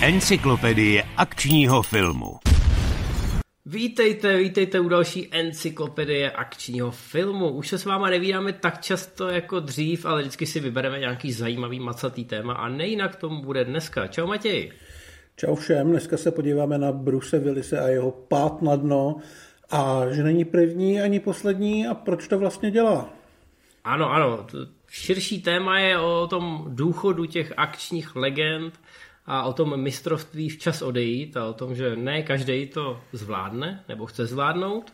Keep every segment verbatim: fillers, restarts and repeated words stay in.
Encyklopedie akčního filmu. Vítejte, vítejte u další encyklopedie akčního filmu. Už se s váma nevídáme tak často jako dřív, ale vždycky si vybereme nějaký zajímavý macatý téma a nejinak tomu bude dneska. Čau Matěj. Čau všem, dneska se podíváme na Bruce Willise a jeho pád na dno a že není první ani poslední a proč to vlastně dělá. Ano, ano, širší téma je o tom důchodu těch akčních legend a o tom mistrovství včas odejít a o tom, že ne každý to zvládne nebo chce zvládnout.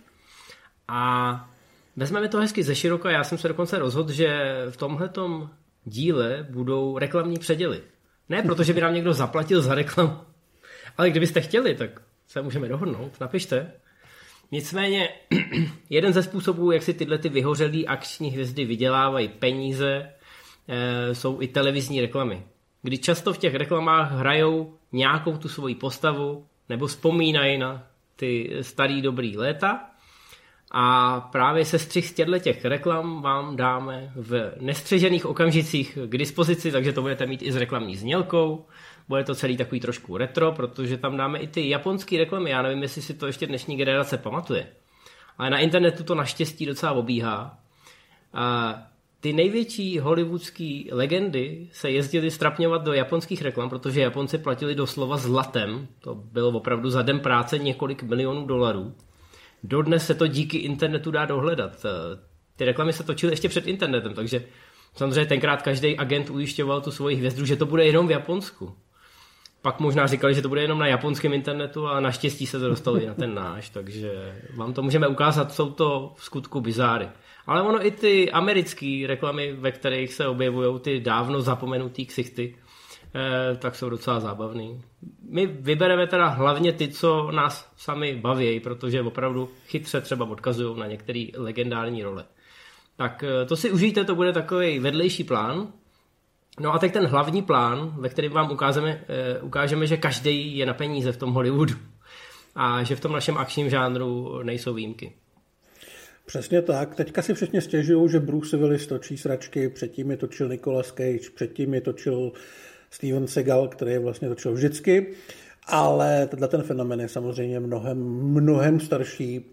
A vezmeme to hezky ze široka, já jsem se dokonce rozhodl, že v tomhletom díle budou reklamní předěly. Ne protože by nám někdo zaplatil za reklamu, ale kdybyste chtěli, tak se můžeme dohodnout, napište. Nicméně jeden ze způsobů, jak si tyhle ty vyhořelý akční hvězdy vydělávají peníze, jsou i televizní reklamy. Kdy často v těch reklamách hrajou nějakou tu svoji postavu nebo vzpomínají na ty starý dobrý léta. A právě sestřih z těch reklam vám dáme v nestřežených okamžicích k dispozici, takže to budete mít i s reklamní znělkou. Bude to celý takový trošku retro, protože tam dáme i ty japonské reklamy. Já nevím, jestli si to ještě dnešní generace pamatuje. Ale na internetu to naštěstí docela obíhá. A ty největší hollywoodský legendy se jezdily strapňovat do japonských reklam, protože Japonci platili doslova zlatem. To bylo opravdu za den práce několik milionů dolarů. Dodnes se to díky internetu dá dohledat. Ty reklamy se točily ještě před internetem, takže samozřejmě tenkrát každý agent ujišťoval tu svoji hvězdu, že to bude jenom v Japonsku. Pak možná říkali, že to bude jenom na japonském internetu a naštěstí se to dostalo i na ten náš, takže vám to můžeme ukázat, jsou to v skutku bizáry. Ale ono i ty americké reklamy, ve kterých se objevují ty dávno zapomenutý ksichty, eh, tak jsou docela zábavný. My vybereme teda hlavně ty, co nás sami baví, protože opravdu chytře třeba odkazují na některé legendární role. Tak eh, to si užijte, to bude takový vedlejší plán. No a teď ten hlavní plán, ve kterém vám ukážeme, eh, ukážeme, že každý je na peníze v tom Hollywoodu a že v tom našem akčním žánru nejsou výjimky. Přesně tak. Teďka si všichni stěžují, že Bruce Willis točí sračky, předtím je točil Nicolas Cage, předtím je točil Steven Seagal, který je vlastně točil vždycky, ale tenhle ten fenomén je samozřejmě mnohem, mnohem starší.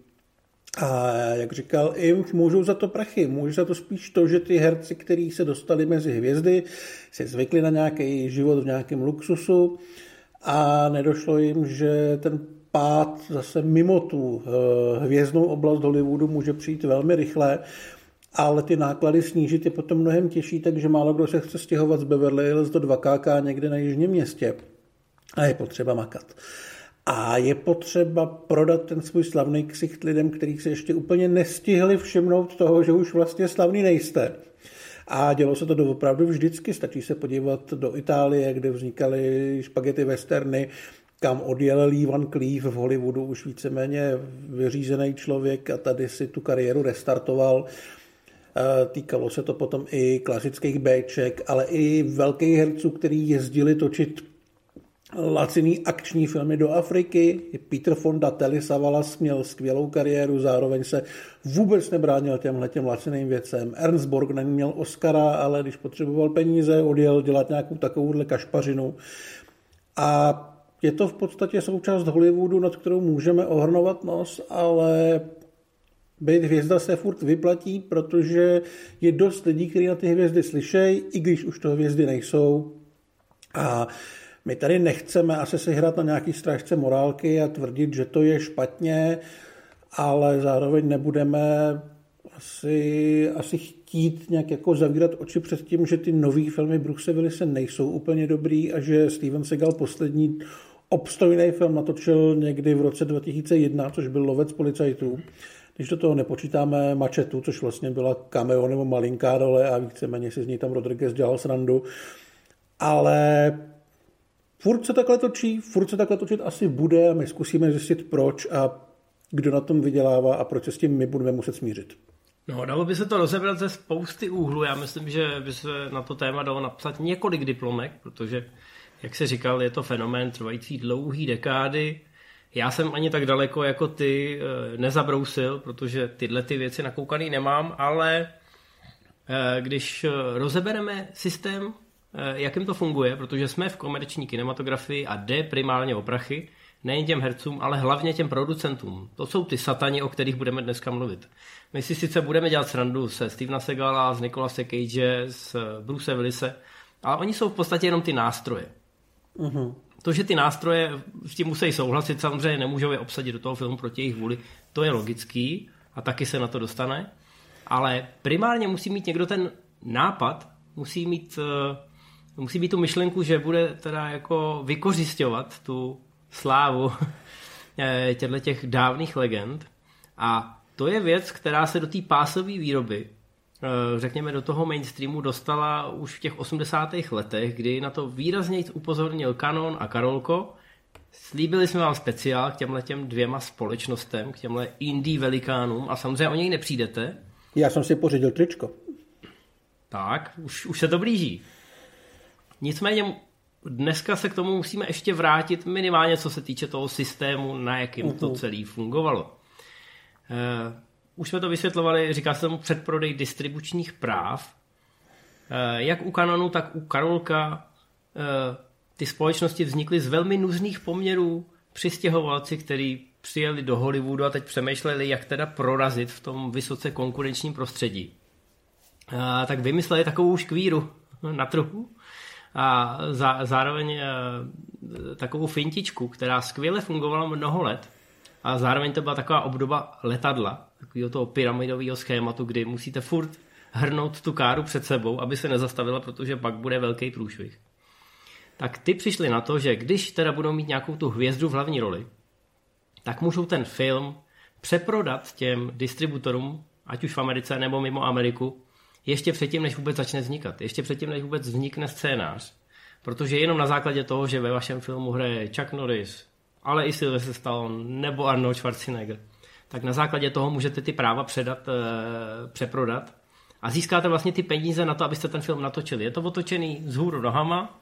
A jak říkal, i můžou za to prachy, může za to spíš to, že ty herci, kteří se dostali mezi hvězdy, si zvykli na nějaký život v nějakém luxusu a nedošlo jim, že ten pád zase mimo tu hvězdnou oblast Hollywoodu může přijít velmi rychle, ale ty náklady snížit je potom mnohem těžší, takže málo kdo se chce stěhovat z Beverly Hills do dva ká ká někde na jižním městě a je potřeba makat. A je potřeba prodat ten svůj slavný ksicht lidem, kterých se ještě úplně nestihli všimnout toho, že už vlastně slavný nejste. A dělo se to doopravdu vždycky. Stačí se podívat do Itálie, kde vznikaly špagety westerny, kam odjel Lee Van Cleef v Hollywoodu už víceméně vyřízený člověk a tady si tu kariéru restartoval. Týkalo se to potom i klasických béček, ale i velkých herců, kteří jezdili točit laciný akční filmy do Afriky. Peter Fonda, Telly Savalas měl skvělou kariéru, zároveň se vůbec nebránil těmhletěm laciným věcem. Ernst Borgnine měl Oscara, ale když potřeboval peníze, odjel dělat nějakou takovouhle kašpařinu. A je to v podstatě součást Hollywoodu, nad kterou můžeme ohrnovat nos, ale být hvězda se furt vyplatí, protože je dost lidí, kteří na ty hvězdy slyšejí, i když už to hvězdy nejsou. A my tady nechceme asi si hrát na nějaký strážce morálky a tvrdit, že to je špatně, ale zároveň nebudeme asi, asi chtít nějak jako zavírat oči před tím, že ty nový filmy Bruce Willise nejsou úplně dobrý a že Steven Seagal poslední obstojný film natočil někdy v roce dva tisíce jedna, což byl Lovec policajtů. Když do toho nepočítáme Mačetu, což vlastně byla cameo nebo malinká role a víceméně si z ní tam Rodriguez dělal srandu. Ale furt se takhle točí, furt se takhle točit asi bude a my zkusíme zjistit proč a kdo na tom vydělává a proč se s tím my budeme muset smířit. No, dalo by se to rozebrat ze spousty úhlů. Já myslím, že by se na to téma dalo napsat několik diplomek, protože, jak se říkal, je to fenomén trvající dlouhý dekády. Já jsem ani tak daleko jako ty nezabrousil, protože tyhle ty věci nakoukaný nemám, ale když rozebereme systém jak jim to funguje, protože jsme v komerční kinematografii a jde primárně o prachy, nejen těm hercům, ale hlavně těm producentům. To jsou ty satani, o kterých budeme dneska mluvit. My si sice budeme dělat srandu se Stevena Segala, z Nicolase Cage, z Bruce Willise, ale oni jsou v podstatě jenom ty nástroje. Uh-huh. To, že ty nástroje s tím musí souhlasit, samozřejmě nemůžou je obsadit do toho filmu proti jejich vůli, to je logický a taky se na to dostane, ale primárně musí mít někdo ten nápad, musí mít, musí mít tu myšlenku, že bude teda jako vykořisťovat tu slávu těchto těch dávných legend a to je věc, která se do té pásové výroby, řekněme do toho mainstreamu, dostala už v těch osmdesátých letech, kdy na to výrazně upozornil Canon a Karolko. Slíbili jsme vám speciál k těmhle těm dvěma společnostem, k těmhle indie velikánům a samozřejmě o něj nepřijdete. Já jsem si pořídil tričko. Tak, už, už se to blíží. Nicméně dneska se k tomu musíme ještě vrátit minimálně, co se týče toho systému, na jakým uh-huh. to celé fungovalo. Uh, už jsme to vysvětlovali, říká se tomu předprodej distribučních práv. Uh, jak u Canonu, tak u Karolka uh, ty společnosti vznikly z velmi nuzných poměrů. Přistěhovalci, kteří přijeli do Hollywoodu a teď přemýšleli, jak teda prorazit v tom vysoce konkurenčním prostředí. Uh, tak vymysleli takovou škvíru na trhu a zá, zároveň e, takovou fintičku, která skvěle fungovala mnoho let a zároveň to byla taková obdoba letadla, takového toho pyramidového schématu, kdy musíte furt hrnout tu káru před sebou, aby se nezastavila, protože pak bude velký průšvih. Tak ty přišli na to, že když teda budou mít nějakou tu hvězdu v hlavní roli, tak můžou ten film přeprodat těm distributorům, ať už v Americe nebo mimo Ameriku, ještě předtím, než vůbec začne vznikat. Ještě předtím, než vůbec vznikne scénář. Protože jenom na základě toho, že ve vašem filmu hraje Chuck Norris, ale i Sylvester Stallone nebo Arnold Schwarzenegger, tak na základě toho můžete ty práva předat, e, přeprodat a získáte vlastně ty peníze na to, abyste ten film natočili. Je to otočený vzhůru nohama,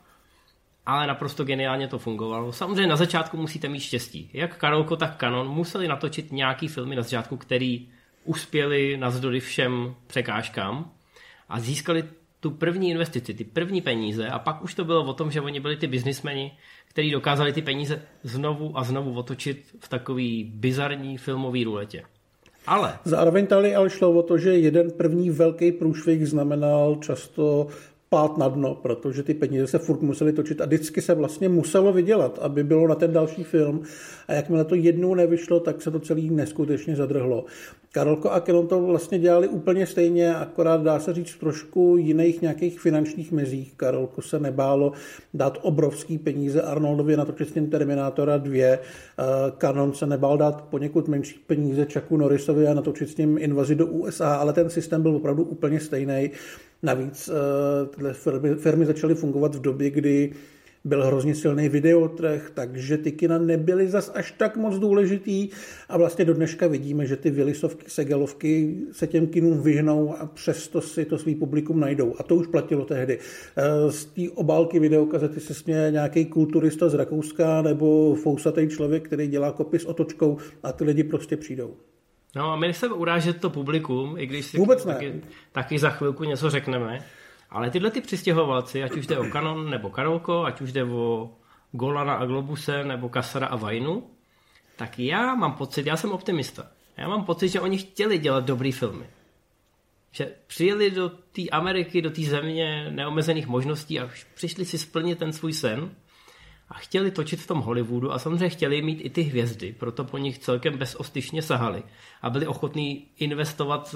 ale naprosto geniálně to fungovalo. Samozřejmě na začátku musíte mít štěstí. Jak Karolko, tak Canon museli natočit nějaký filmy na začátku, který uspěli navzdory všem překážkám a získali tu první investici, ty první peníze a pak už to bylo o tom, že oni byli ty biznismeni, kteří dokázali ty peníze znovu a znovu otočit v takový bizarní filmový ruletě. Ale... Zároveň tady ale šlo o to, že jeden první velký průšvih znamenal často pád na dno, protože ty peníze se furt museli točit a vždycky se vlastně muselo vydělat, aby bylo na ten další film. A jakmile to jednou nevyšlo, tak se to celý neskutečně zadrhlo. Karolko a Canon to vlastně dělali úplně stejně, akorát dá se říct v trošku jiných nějakých finančních mezích. Karolko se nebálo dát obrovský peníze Arnoldovi natočit s tím Terminátora dva. Canon se nebál dát poněkud menší peníze Chucku Norrisovi a natočit s ním Invazi do U S A, ale ten systém byl opravdu úplně stejný. Navíc tyhle firmy, firmy začaly fungovat v době, kdy byl hrozně silný videotrh, takže ty kina nebyly zas až tak moc důležitý a vlastně do dneška vidíme, že ty Willisovky, Segalovky se těm kinům vyhnou a přesto si to svý publikum najdou. A to už platilo tehdy. Z té obálky videokazety se směje nějaký kulturista z Rakouska nebo fousatý člověk, který dělá kopy s otočkou a ty lidi prostě přijdou. No a my nechceme urážet to publikum, i když si Vůbec ne. taky, taky za chvilku něco řekneme, ale tyhle ty přistěhovalci, ať už jde o Canon nebo Karolko, ať už jde o Golana a Globuse nebo Kassara a Vajnu, tak já mám pocit, já jsem optimista, já mám pocit, že oni chtěli dělat dobrý filmy. Že přijeli do té Ameriky, do té země neomezených možností a přišli si splnit ten svůj sen a chtěli točit v tom Hollywoodu a samozřejmě chtěli mít i ty hvězdy, proto po nich celkem bezostyšně sahali a byli ochotní investovat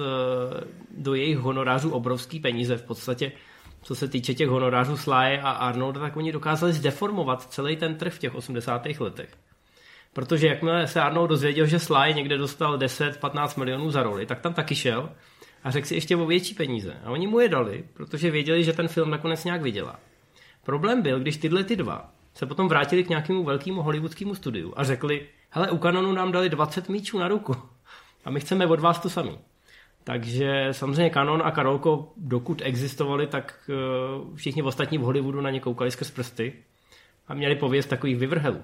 do jejich honorářů obrovský peníze. V podstatě, co se týče těch honorářů Sly a Arnolda, tak oni dokázali zdeformovat celý ten trh v těch osmdesátých letech. Protože jakmile se Arnold dozvěděl, že Sly někde dostal deset patnáct milionů za roli, tak tam taky šel a řekl si ještě o větší peníze. A oni mu je dali, protože věděli, že ten film nakonec nějak vydělá. Problém byl, když tyhle ty dva se potom vrátili k nějakému velkému hollywoodskému studiu a řekli, hele, u Canonu nám dali dvacet míčů na ruku a my chceme od vás to samý. Takže samozřejmě Canon a Karolko, dokud existovali, tak všichni ostatní v Hollywoodu na ně koukali skrz prsty a měli pověst takových vyvrhelů.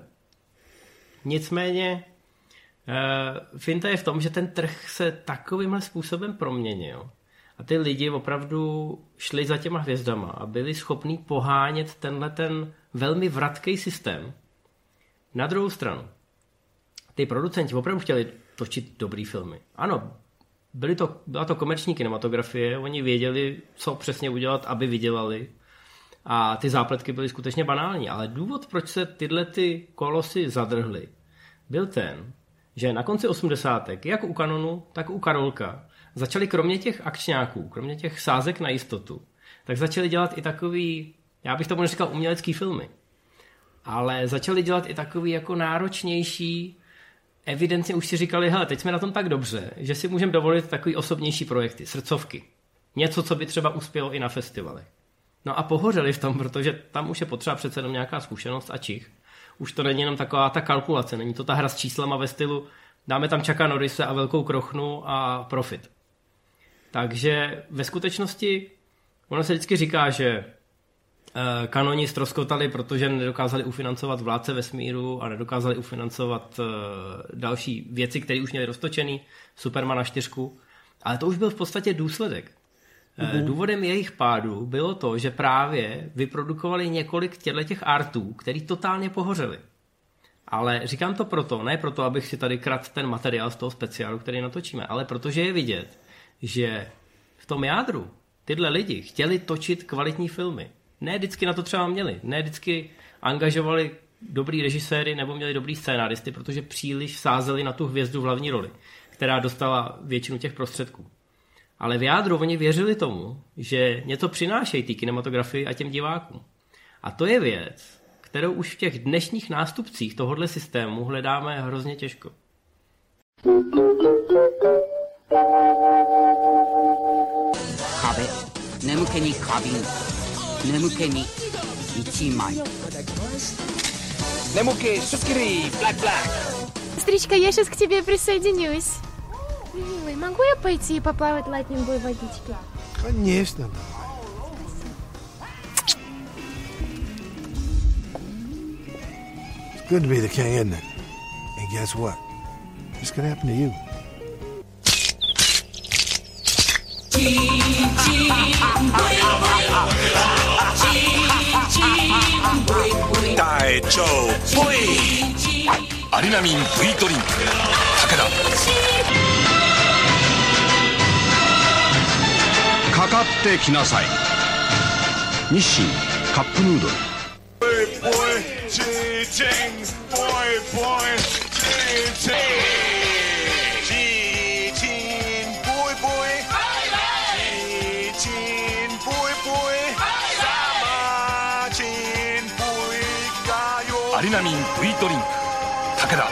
Nicméně finta je v tom, že ten trh se takovýmhle způsobem proměnil A ty lidi opravdu šli za těma hvězdama a byli schopní pohánět tenhle ten velmi vratký systém. Na druhou stranu, ty producenti opravdu chtěli točit dobrý filmy. Ano, byly to, byla to komerční kinematografie, oni věděli, co přesně udělat, aby vydělali. A ty zápletky byly skutečně banální. Ale důvod, proč se tyhle ty kolosy zadrhly, byl ten, že na konci osmdesátek, jak u Canonu, tak u Karolka, začali kromě těch akčňáků, kromě těch sázek na jistotu, tak začali dělat i takový, já bych tomu neříkal umělecký filmy, ale začali dělat i takový jako náročnější, evidentně už si říkali, hele, teď jsme na tom tak dobře, že si můžeme dovolit takový osobnější projekty, srdcovky. Něco, co by třeba uspělo i na festivalech. No a pohořeli v tom, protože tam už je potřeba přece jenom nějaká zkušenost a čich. Už to není jenom taková ta kalkulace, není to ta hra s číslama ve stylu dáme tam Chucka Norrise a velkou krochnu a profit. Takže ve skutečnosti ono se vždycky říká, že uh, kanoni ztroskotali, protože nedokázali ufinancovat Vládce vesmíru a nedokázali ufinancovat uh, další věci, které už měly roztočený, Supermana čtyřku, ale to už byl v podstatě důsledek. Mm-hmm. Důvodem jejich pádu bylo to, že právě vyprodukovali několik těch artů, který totálně pohořeli. Ale říkám to proto, ne proto, abych si tady kradl ten materiál z toho speciálu, který natočíme, ale protože je vidět, že v tom jádru tyhle lidi chtěli točit kvalitní filmy. Ne vždycky na to třeba měli, ne vždycky angažovali dobrý režiséry nebo měli dobrý scénáristy, protože příliš sázeli na tu hvězdu v hlavní roli, která dostala většinu těch prostředků. Ale v jádru oni věřili tomu, že něco přinášejí té kinematografii a těm divákům. A to je věc, kterou už v těch dnešních nástupcích tohohle systému hledáme hrozně těžko. Kabe, nemukeni kabin, nemukeni ichimai. Nemuki, sukiri, black black. Сестричка, я сейчас к тебе присоединюсь. Милый, могу я пойти и поплавать латнинговой водички? Конечно. It's good to be the king, isn't it? And guess what? This could happen to you. Daichou Boy! アリナミン V ドリンク武田かかってきなさい日清カップヌードル Boy boy G-Ting Boy boy G-Ting G-Ting Boy boy G-Ting Boy boy Sama-Chin Boy アリナミン V ドリンク武田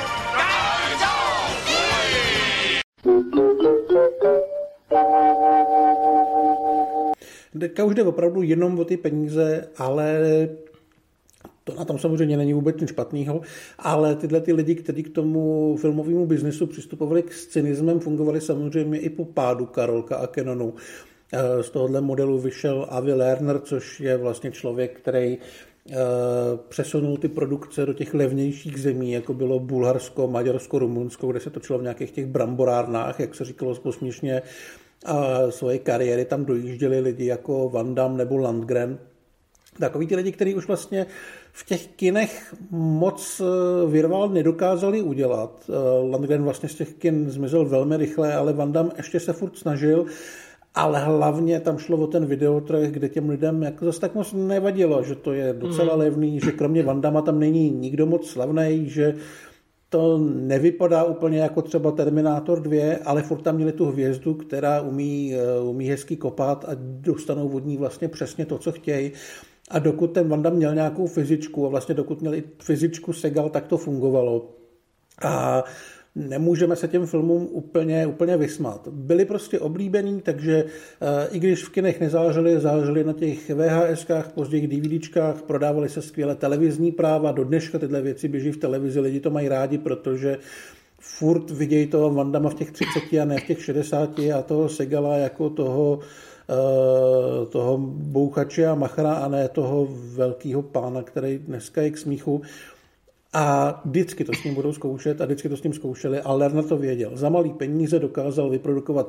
Teďka už jde opravdu jenom o ty peníze, ale to na tom samozřejmě není vůbec nic špatného, ale tyhle ty lidi, kteří k tomu filmovému biznesu přistupovali s cynismem, fungovali samozřejmě i po pádu Karolka a Canonu. Z tohohle modelu vyšel Avi Lerner, což je vlastně člověk, který přesunul ty produkce do těch levnějších zemí, jako bylo Bulharsko, Maďarsko, Rumunsko, kde se točilo v nějakých těch bramborárnách, jak se říkalo posměšně, a svoje kariéry tam dojížděli lidi jako Van Damme nebo Landgren. Takový ty lidi, kteří už vlastně v těch kinech moc virvál nedokázali udělat. Landgren vlastně z těch kin zmizel velmi rychle, ale Van Damme ještě se furt snažil. Ale hlavně tam šlo o ten videotrh, kde těm lidem jako zase tak moc nevadilo, že to je docela mm. levný, že kromě Van Damme tam není nikdo moc slavnej, že to nevypadá úplně jako třeba Terminátor dva, ale furt tam měli tu hvězdu, která umí, umí hezky kopat a dostanou od ní vlastně přesně to, co chtějí. A dokud ten Van Damme měl nějakou fyzičku a vlastně dokud měl i fyzičku Segal, tak to fungovalo. A nemůžeme se těm filmům úplně, úplně vysmát. Byli prostě oblíbení, takže i když v kinech nezáleželi, záleželi na těch VHSkách, později DVDčkách, prodávali se skvěle televizní práva, do dneška tyhle věci běží v televizi, lidi to mají rádi, protože furt vidějí toho Van Damme v těch třiceti a ne v těch šedesáti a toho Segala jako toho, toho bouchače a machra a ne toho velkého pána, který dneska je k smíchu. A vždycky to s ním budou zkoušet a vždycky to s ním zkoušeli a Lerner to věděl. Za malý peníze dokázal vyprodukovat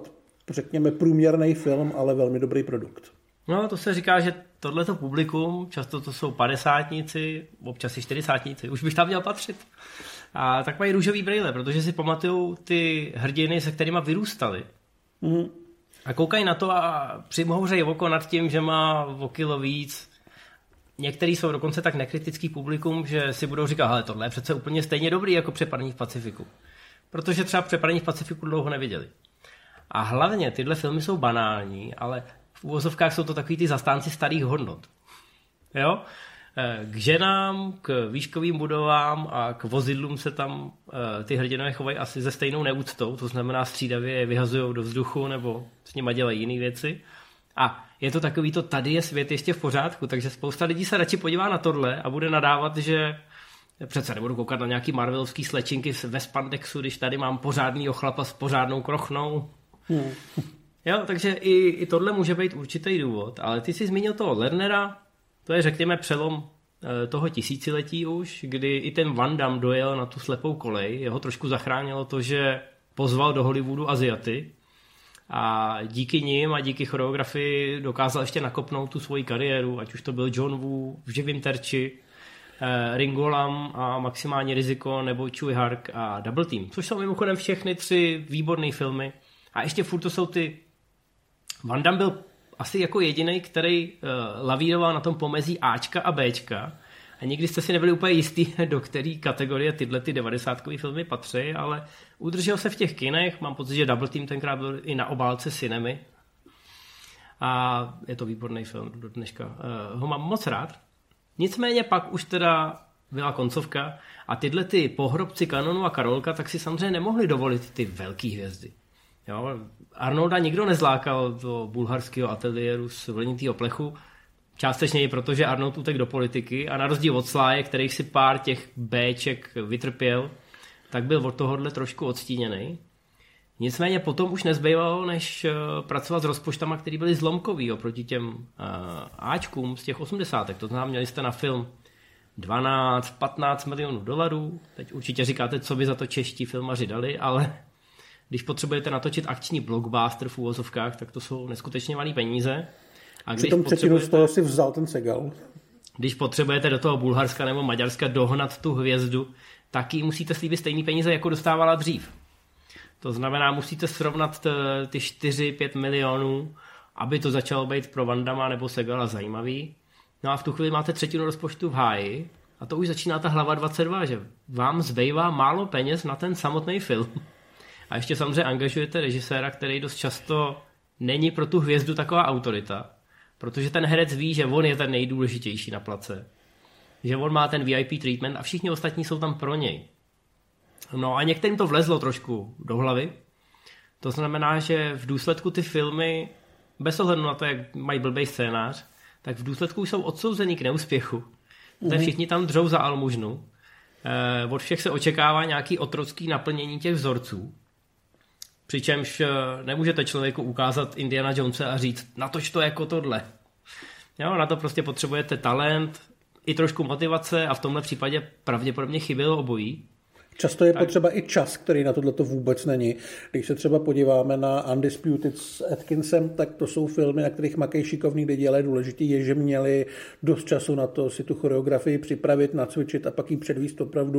řekněme, průměrný film, ale velmi dobrý produkt. No, to se říká, že tohleto publikum, často to jsou padesátníci, občas i čtyřicátníci, už bych tam měl patřit. A tak mají růžový brýle, protože si pamatujou ty hrdiny, se kterýma vyrůstali. Mm. A koukají na to a přimhouřejí oko nad tím, že má o kilo víc. Některý jsou dokonce tak nekritický publikum, že si budou říkat, hele, tohle je přece úplně stejně dobrý jako Přepadení v Pacifiku. Protože třeba Přepadení v Pacifiku dlouho neviděli. A hlavně tyhle filmy jsou banální, ale v uvozovkách jsou to takový ty zastánci starých hodnot. Jo? K ženám, k výškovým budovám a k vozidlům se tam ty hrdinové chovají asi ze stejnou neúctou, to znamená střídavě je vyhazují do vzduchu nebo s nima dělají jiné věci. A je to takový to, tady je svět ještě v pořádku, takže spousta lidí se radši podívá na tohle a bude nadávat, že přece nebudu koukat na nějaký marvelovský slečinky ve spandexu, když tady mám pořádnýho chlapa s pořádnou krochnou. Hmm. Jo, takže i, i tohle může být určitý důvod, ale ty jsi zmínil toho Lernera, to je řekněme přelom toho tisíciletí už, kdy i ten Van Damme dojel na tu slepou kolej, jeho trošku zachránilo to, že pozval do Hollywoodu Aziaty a díky nim a díky choreografii dokázal ještě nakopnout tu svoji kariéru, ať už to byl John Woo v Živým terči, Ringo Lam a Maximální riziko nebo Tsui Hark a Double Team, což jsou mimochodem všechny tři výborné filmy. A ještě furt to jsou ty... Van Damme byl asi jako jediný, který uh, lavíroval na tom pomezí Ačka a Bčka a nikdy jste si nebyli úplně jistý, do které kategorie tyhle ty devadesátkové filmy patří, ale udržel se v těch kinech, mám pocit, že Double Team tenkrát byl i na obálce Cinemy a je to výborný film do dneška. Uh, ho mám moc rád. Nicméně pak už teda byla koncovka a tyhle ty pohrobci Kanonu a Karolka tak si samozřejmě nemohli dovolit ty velký hvězdy. Jo, Arnolda nikdo nezlákal do bulharského ateliéru z vlnitýho plechu, částečně i proto, že Arnold utek do politiky a na rozdíl od Sláje, kterých si pár těch Béček vytrpěl, tak byl od tohohle trošku odstíněný. Nicméně potom už nezbývalo, než pracovat s rozpočtama, které byly zlomkový oproti těm Ačkům z těch osmdesátek. To znamená, měli jste na film dvanáct patnáct milionů dolarů. Teď určitě říkáte, co by za to čeští filmaři dali, ale když potřebujete natočit akční blockbuster v úvozovkách, tak to jsou neskutečně malý peníze. A když Přitom třetinu z toho si vzal ten Segal. Když potřebujete do toho Bulharska nebo Maďarska dohnat tu hvězdu, tak ji musíte slíbit stejný peníze, jako dostávala dřív. To znamená, musíte srovnat t, ty čtyři pět milionů, aby to začalo být pro Van Damme nebo Segala zajímavý. No a v tu chvíli máte třetinu rozpočtu v háji a to už začíná ta hlava dvacet dva, že vám zbývá málo peněz na ten samotný film. A ještě samozřejmě angažujete režiséra, který dost často není pro tu hvězdu taková autorita, protože ten herec ví, že on je ten nejdůležitější na place. Že on má ten V I P treatment a všichni ostatní jsou tam pro něj. No a některým to vlezlo trošku do hlavy. To znamená, že v důsledku ty filmy, bez ohledu na to, jak mají blbej scénář, tak v důsledku jsou odsouzení k neúspěchu. Mm-hmm. Všichni tam dřou za almužnu. Eh, od všech se očekává nějaký otrocký naplnění těch vzorců. Přičemž nemůžete člověku ukázat Indiana Jonese a říct, natoč to jako tohle. Jo, na to prostě potřebujete talent, i trošku motivace a v tomhle případě pravděpodobně chybělo obojí. Často je tak potřeba i čas, který na tohle to vůbec není. Když se třeba podíváme na Undisputed s Atkinsem, tak to jsou filmy, na kterých makají šikovný lidi, ale důležité je, že měli dost času na to si tu choreografii připravit, nacvičit a pak ji předvíst opravdu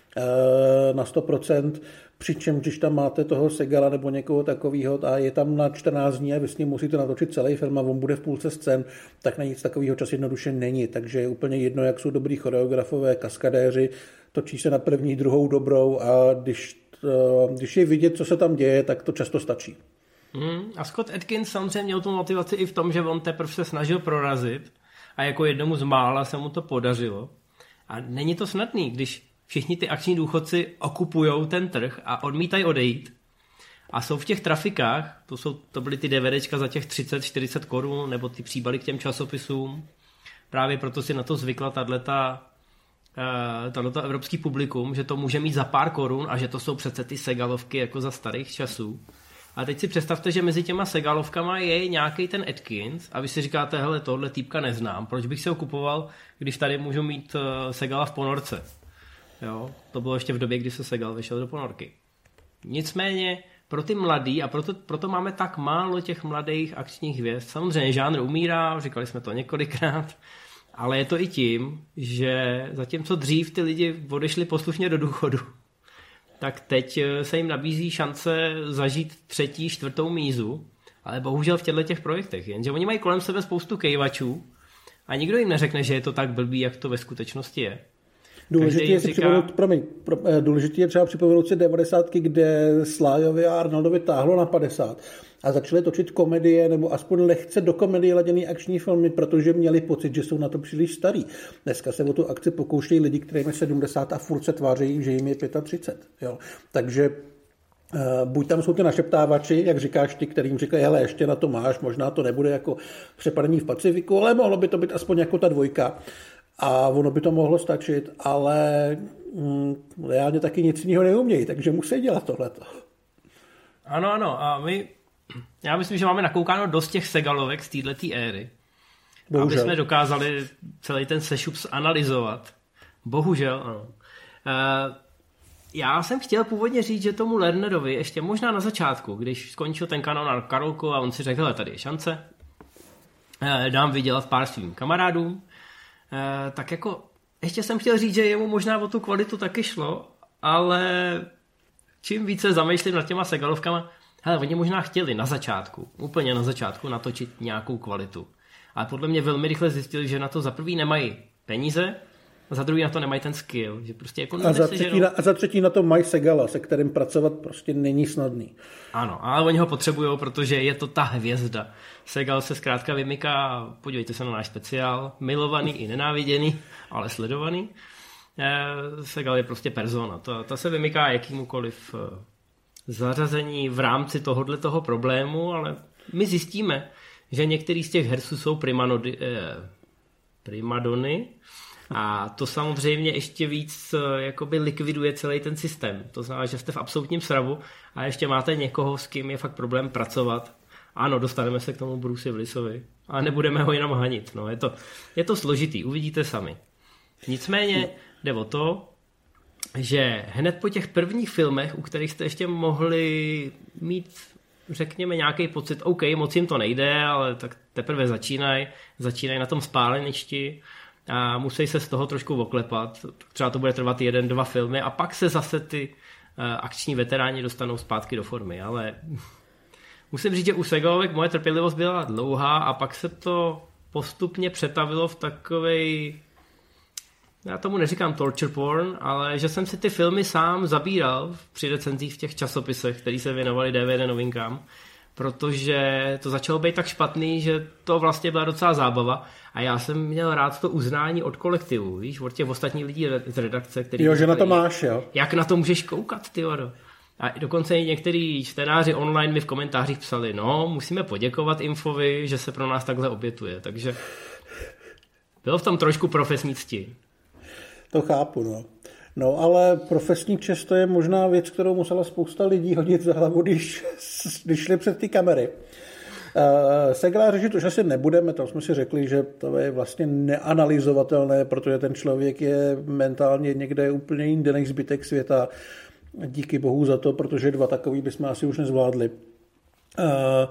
na sto procent, přičem když tam máte toho Segala nebo někoho takového a je tam na čtrnáct dní a vy s ním musíte natočit celý film a on bude v půlce scén, tak na nic takového čas jednoduše není, takže je úplně jedno, jak jsou dobrý choreografové, kaskadéři, točí se na první, druhou dobrou a když, když je vidět, co se tam děje, tak to často stačí. Hmm, a Scott Adkins samozřejmě měl tu motivaci i v tom, že on teprve se snažil prorazit a jako jednomu z mála se mu to podařilo. A není to snadný, když všichni ty akční důchodci okupujou ten trh a odmítají odejít. A jsou v těch trafikách, to, jsou, to byly ty DVDčka za těch třicet čtyřicet korun, nebo ty příbaly k těm časopisům. Právě proto si na to zvykla tato, tato evropský publikum, že to může mít za pár korun a že to jsou přece ty Segalovky jako za starých časů. A teď si představte, že mezi těma Segalovkama je nějaký ten Atkins a vy si říkáte, hele, tohle týpka neznám, proč bych si ho kupoval, když tady můžu mít Segala v ponorce. Jo, to bylo ještě v době, kdy se Segal vyšel do ponorky. Nicméně pro ty mladý a proto, proto máme tak málo těch mladých akčních hvězd. Samozřejmě žánr umírá, říkali jsme to několikrát, ale je to i tím, že zatímco dřív ty lidi odešli poslušně do důchodu, tak teď se jim nabízí šance zažít třetí, čtvrtou mízu, ale bohužel v těchto těch projektech, jenže oni mají kolem sebe spoustu kejvačů a nikdo jim neřekne, že je to tak blbý, jak to ve skutečnosti je. Důležitý je, říká... promiň, pro, důležitý je třeba připomenout si devadesátky, kde Slájovi a Arnoldovi táhlo na padesát a začali točit komedie nebo aspoň lehce do komedie laděný akční filmy, protože měli pocit, že jsou na to příliš starý. Dneska se o tu akci pokoušejí lidi, kterým je sedmdesát a furt se tváří, že jim je třicet pět. Jo. Takže uh, buď tam jsou ty našeptávači, jak říkáš ty, kterým říkají, hele, ještě na to máš, možná to nebude jako přepadení v Pacifiku, ale mohlo by to být aspoň jako ta dvojka. A ono by to mohlo stačit, ale mm, reálně taky nic jiného neumějí, takže musí dělat tohleto. Ano, ano. A my, já myslím, že máme nakoukáno dost těch Segalovek z této éry. Bohužel. Aby jsme dokázali celý ten sešup analyzovat. Bohužel, ano. Uh, já jsem chtěl původně říct, že tomu Lernerovi ještě možná na začátku, když skončil ten kanál na Karolku a on si řekl, tady je šance, uh, dám vydělat pár svým kamarádům, Uh, tak jako ještě jsem chtěl říct, že jemu možná o tu kvalitu taky šlo, ale čím více zamýšlím nad těma Segalovkama, hele, oni možná chtěli na začátku, úplně na začátku natočit nějakou kvalitu. Ale podle mě velmi rychle zjistili, že na to za prvý nemají peníze, a za druhý na to nemají ten skill. Že prostě jako a, za třetí na, a za třetí na to mají Segala, se kterým pracovat prostě není snadný. Ano, ale oni ho potřebují, protože je to ta hvězda. Segal se zkrátka vymyká, podívejte se na náš speciál, milovaný i nenáviděný, ale sledovaný. Segal je prostě persona. Ta, ta se vymyká jakýmukoliv zařazení v rámci tohohle toho problému, ale my zjistíme, že některý z těch herců jsou primanody, eh, primadony, a to samozřejmě ještě víc jakoby likviduje celý ten systém. To znamená, že jste v absolutním sravu a ještě máte někoho, s kým je fakt problém pracovat. Ano, dostaneme se k tomu Bruce Willisovi, ale nebudeme ho jenom hanit. No, je to, je to složitý, uvidíte sami. Nicméně jde o to, že hned po těch prvních filmech, u kterých jste ještě mohli mít, řekněme, nějaký pocit, OK, moc jim to nejde, ale tak teprve začínají, začínají na tom spáleništi, a musí se z toho trošku oklepat. Třeba to bude trvat jeden, dva filmy a pak se zase ty uh, akční veteráni dostanou zpátky do formy. Ale musím říct, že u Segalovek moje trpělivost byla dlouhá a pak se to postupně přetavilo v takovej, já tomu neříkám torture porn, ale že jsem si ty filmy sám zabíral při recenzích v těch časopisech, který se věnovali D V D novinkám, protože to začalo být tak špatný, že to vlastně byla docela zábava a já jsem měl rád to uznání od kolektivu, víš, od těch ostatních lidí z redakce, který... Jo, že na to máš, jo. Jak na to můžeš koukat, ty vado. A dokonce i některý čtenáři online mi v komentářích psali, no, musíme poděkovat Infovi, že se pro nás takhle obětuje, takže bylo v tom trošku profesní cti. To chápu, no. No, ale profesní čest to je možná věc, kterou musela spousta lidí hodit za hlavu, když, když šli před ty kamery. Uh, Segala řešit už asi nebudeme, tam jsme si řekli, že to je vlastně neanalyzovatelné, protože ten člověk je mentálně někde úplně jinde než zbytek světa. Díky bohu za to, protože dva takový bychom asi už nezvládli. Uh,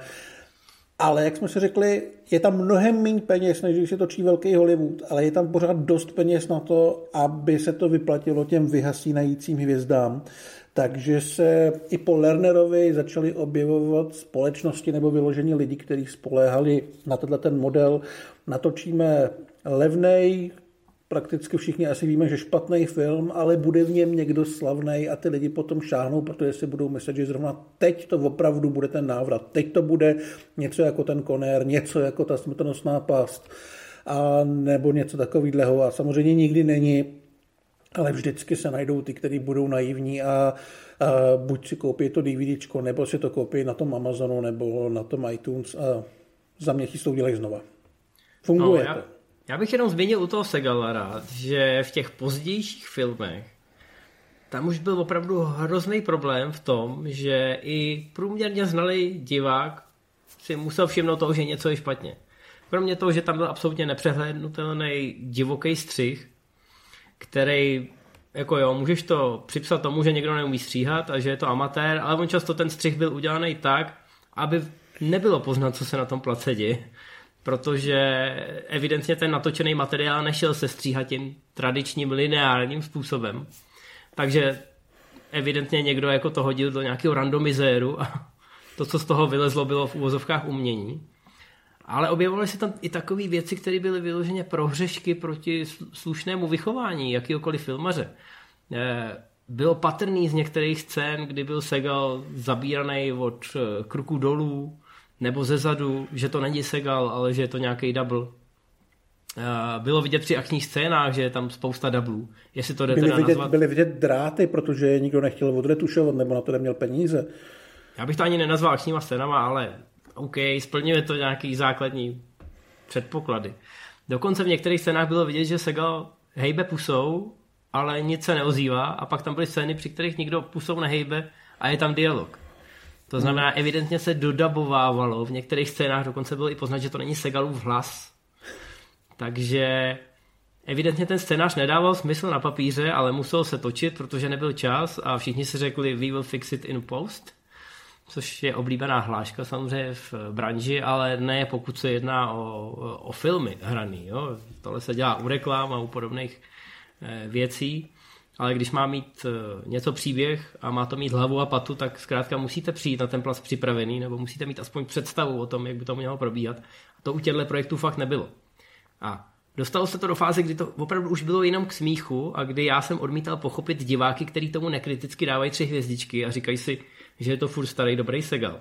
Ale jak jsme si řekli, je tam mnohem méně peněz, než když se točí velký Hollywood, ale je tam pořád dost peněz na to, aby se to vyplatilo těm vyhasínajícím hvězdám. Takže se i po Lernerovi začaly objevovat společnosti nebo vyložení lidí, kteří spoléhali na tenhle ten model. Natočíme levnej, prakticky všichni asi víme, že špatný film, ale bude v něm někdo slavný a ty lidi potom šáhnou, protože si budou myslet, že zrovna teď to opravdu bude ten návrat. Teď to bude něco jako ten Konér, něco jako ta smrtonosná past a nebo něco takového. A samozřejmě nikdy není, ale vždycky se najdou ty, kteří budou naivní a, a buď si koupí to DVDčko, nebo si to koupí na tom Amazonu, nebo na tom iTunes a za měsíc to udělají znova. Funguje no, já... to. Já bych jenom zmínil u toho Segala rád, že v těch pozdějších filmech tam už byl opravdu hrozný problém v tom, že i průměrně znalý divák si musel všimnout toho, že něco je špatně. Kromě toho, že tam byl absolutně nepřehlédnutelný divoký střih, který jako jo, můžeš to připsat tomu, že někdo neumí stříhat a že je to amatér, ale on často ten střih byl udělaný tak, aby nebylo poznat, co se na tom place děje. Protože evidentně ten natočený materiál nešel se stříhat tím tradičním lineárním způsobem. Takže evidentně někdo jako to hodil do nějakého randomizéru a to, co z toho vylezlo, bylo v uvozovkách umění. Ale objevovaly se tam i takové věci, které byly vyloženě prohřešky proti slušnému vychování jakýhokoliv filmaře. Bylo patrný z některých scén, kdy byl Segal zabíraný od krku dolů nebo ze zadu, že to není Segal, ale že je to nějaký double. Bylo vidět při akčních scénách, že je tam spousta doublů. Jestli to jde byly teda vidět, nazvat... Byly vidět dráty, protože je nikdo nechtěl odretušovat nebo na to neměl peníze. Já bych to ani nenazval akčníma scénama, ale OK, splňuje to nějaký základní předpoklady. Dokonce v některých scénách bylo vidět, že Segal hejbe pusou, ale nic se neozývá a pak tam byly scény, při kterých nikdo pusou nehejbe a je tam dialog. To znamená, evidentně se dodabovávalo, v některých scénách dokonce bylo i poznat, že to není Segalův hlas. Takže evidentně ten scénář nedával smysl na papíře, ale musel se točit, protože nebyl čas a všichni si řekli we will fix it in post, což je oblíbená hláška samozřejmě v branži, ale ne pokud se jedná o, o filmy hraný. Jo? Tohle se dělá u reklam a u podobných eh, věcí, ale když má mít eh, něco příběh a má to mít hlavu a patu, tak zkrátka musíte přijít na ten plac připravený, nebo musíte mít aspoň představu o tom, jak by to mělo probíhat. A to u těchto projektů fakt nebylo. A dostalo se to do fáze, kdy to opravdu už bylo jenom k smíchu a kdy já jsem odmítal pochopit diváky, kteří tomu nekriticky dávají tři hvězdičky a říkají si, že je to furt starý dobrý Segal.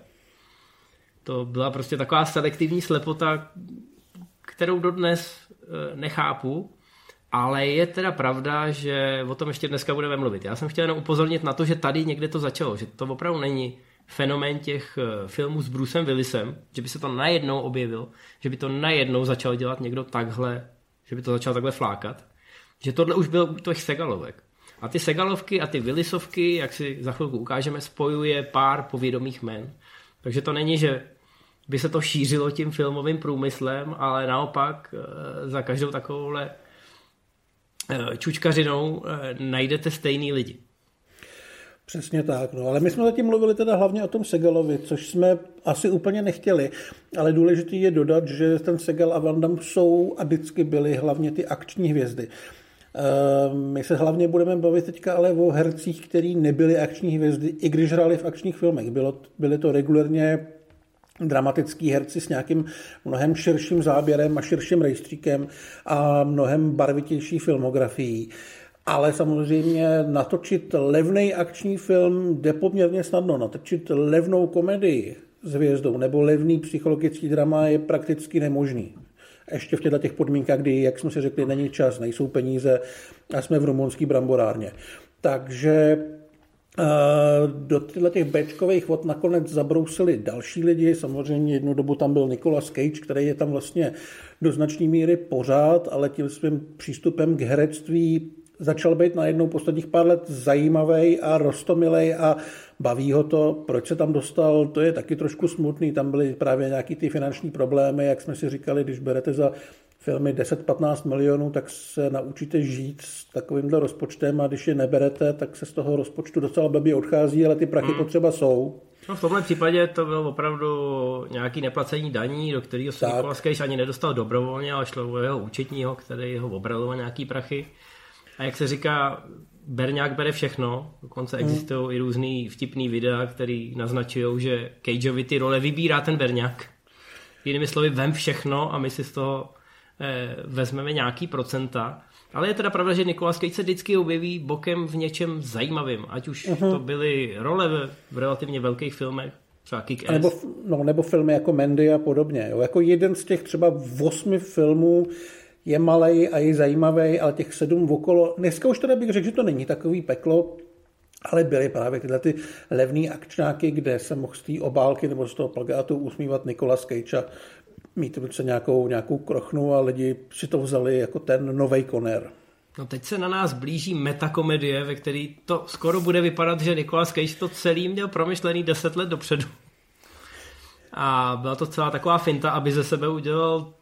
To byla prostě taková selektivní slepota, kterou dodnes nechápu, ale je teda pravda, že o tom ještě dneska budeme mluvit. Já jsem chtěl jenom upozornit na to, že tady někde to začalo, že to opravdu není fenomén těch filmů s Brucem Willisem, že by se to najednou objevil, že by to najednou začal dělat někdo takhle, že by to začal takhle flákat, že tohle už bylo u těch Segalovek. A ty Segalovky a ty Willisovky, jak si za chvilku ukážeme, spojuje pár povědomých jmen. Takže to není, že by se to šířilo tím filmovým průmyslem, ale naopak za každou takovouhle čučkařinou najdete stejný lidi. Přesně tak, no, ale my jsme zatím mluvili teda hlavně o tom Segalovi, což jsme asi úplně nechtěli, ale důležitý je dodat, že ten Segal a Van Damme jsou a vždycky byly hlavně ty akční hvězdy. My se hlavně budeme bavit teďka ale o hercích, který nebyli akční hvězdy, i když hráli v akčních filmech. Bylo, byly to regulérně dramatický herci s nějakým mnohem širším záběrem a širším rejstříkem a mnohem barvitější filmografií. Ale samozřejmě natočit levný akční film jde poměrně snadno. Natočit levnou komedii s hvězdou nebo levný psychologický drama je prakticky nemožný. Ještě v těchto těch podmínkách, kdy, jak jsme si řekli, není čas, nejsou peníze a jsme v rumunský bramborárně. Takže do těch béčkových vod nakonec zabrousili další lidi. Samozřejmě jednu dobu tam byl Nicolas Cage, který je tam vlastně do značné míry pořád, ale tím svým přístupem k herectví začal být najednou posledních pár let zajímavý a roztomilej a baví ho to. Proč se tam dostal, to je taky trošku smutný. Tam byly právě nějaký ty finanční problémy, jak jsme si říkali, když berete za filmy deset patnáct milionů, tak se naučíte žít s takovýmhle rozpočtem a když je neberete, tak se z toho rozpočtu docela blbě odchází, ale ty prachy hmm. potřeba jsou. No v tomhle případě to bylo opravdu nějaký neplacení daní, do kterého se Nicolas Cage ani nedostal dobrovolně, ale šlo o jeho účetního, který ho obral o nějaký prachy. A jak se říká, berňák bere všechno, dokonce existují hmm. i různý vtipný videa, který naznačují, že Cageovi ty role vybírá ten berňák. Jinými slovy, vem všechno a my si z toho eh, vezmeme nějaký procenta. Ale je teda pravda, že Nicolas Cage se vždycky objeví bokem v něčem zajímavým, ať už uh-huh. to byly role v, v relativně velkých filmech, třeba Kick-Ass. Nebo, no, nebo filmy jako Mandy a podobně. Jo. Jako jeden z těch třeba osmi filmů je malej a je zajímavý, ale těch sedm okolo, dneska už teda bych řekl, že to není takový peklo, ale byly právě tyhle ty levný akčnáky, kde se mohl z té obálky nebo z toho plakátu usmívat Nicolas Cage a mít v ruce nějakou, nějakou krochnu a lidi si to vzali jako ten novej Conner. No teď se na nás blíží metakomedie, ve který to skoro bude vypadat, že Nicolas Cage to celý měl promyšlený deset let dopředu. A byla to celá taková finta, aby ze sebe udělal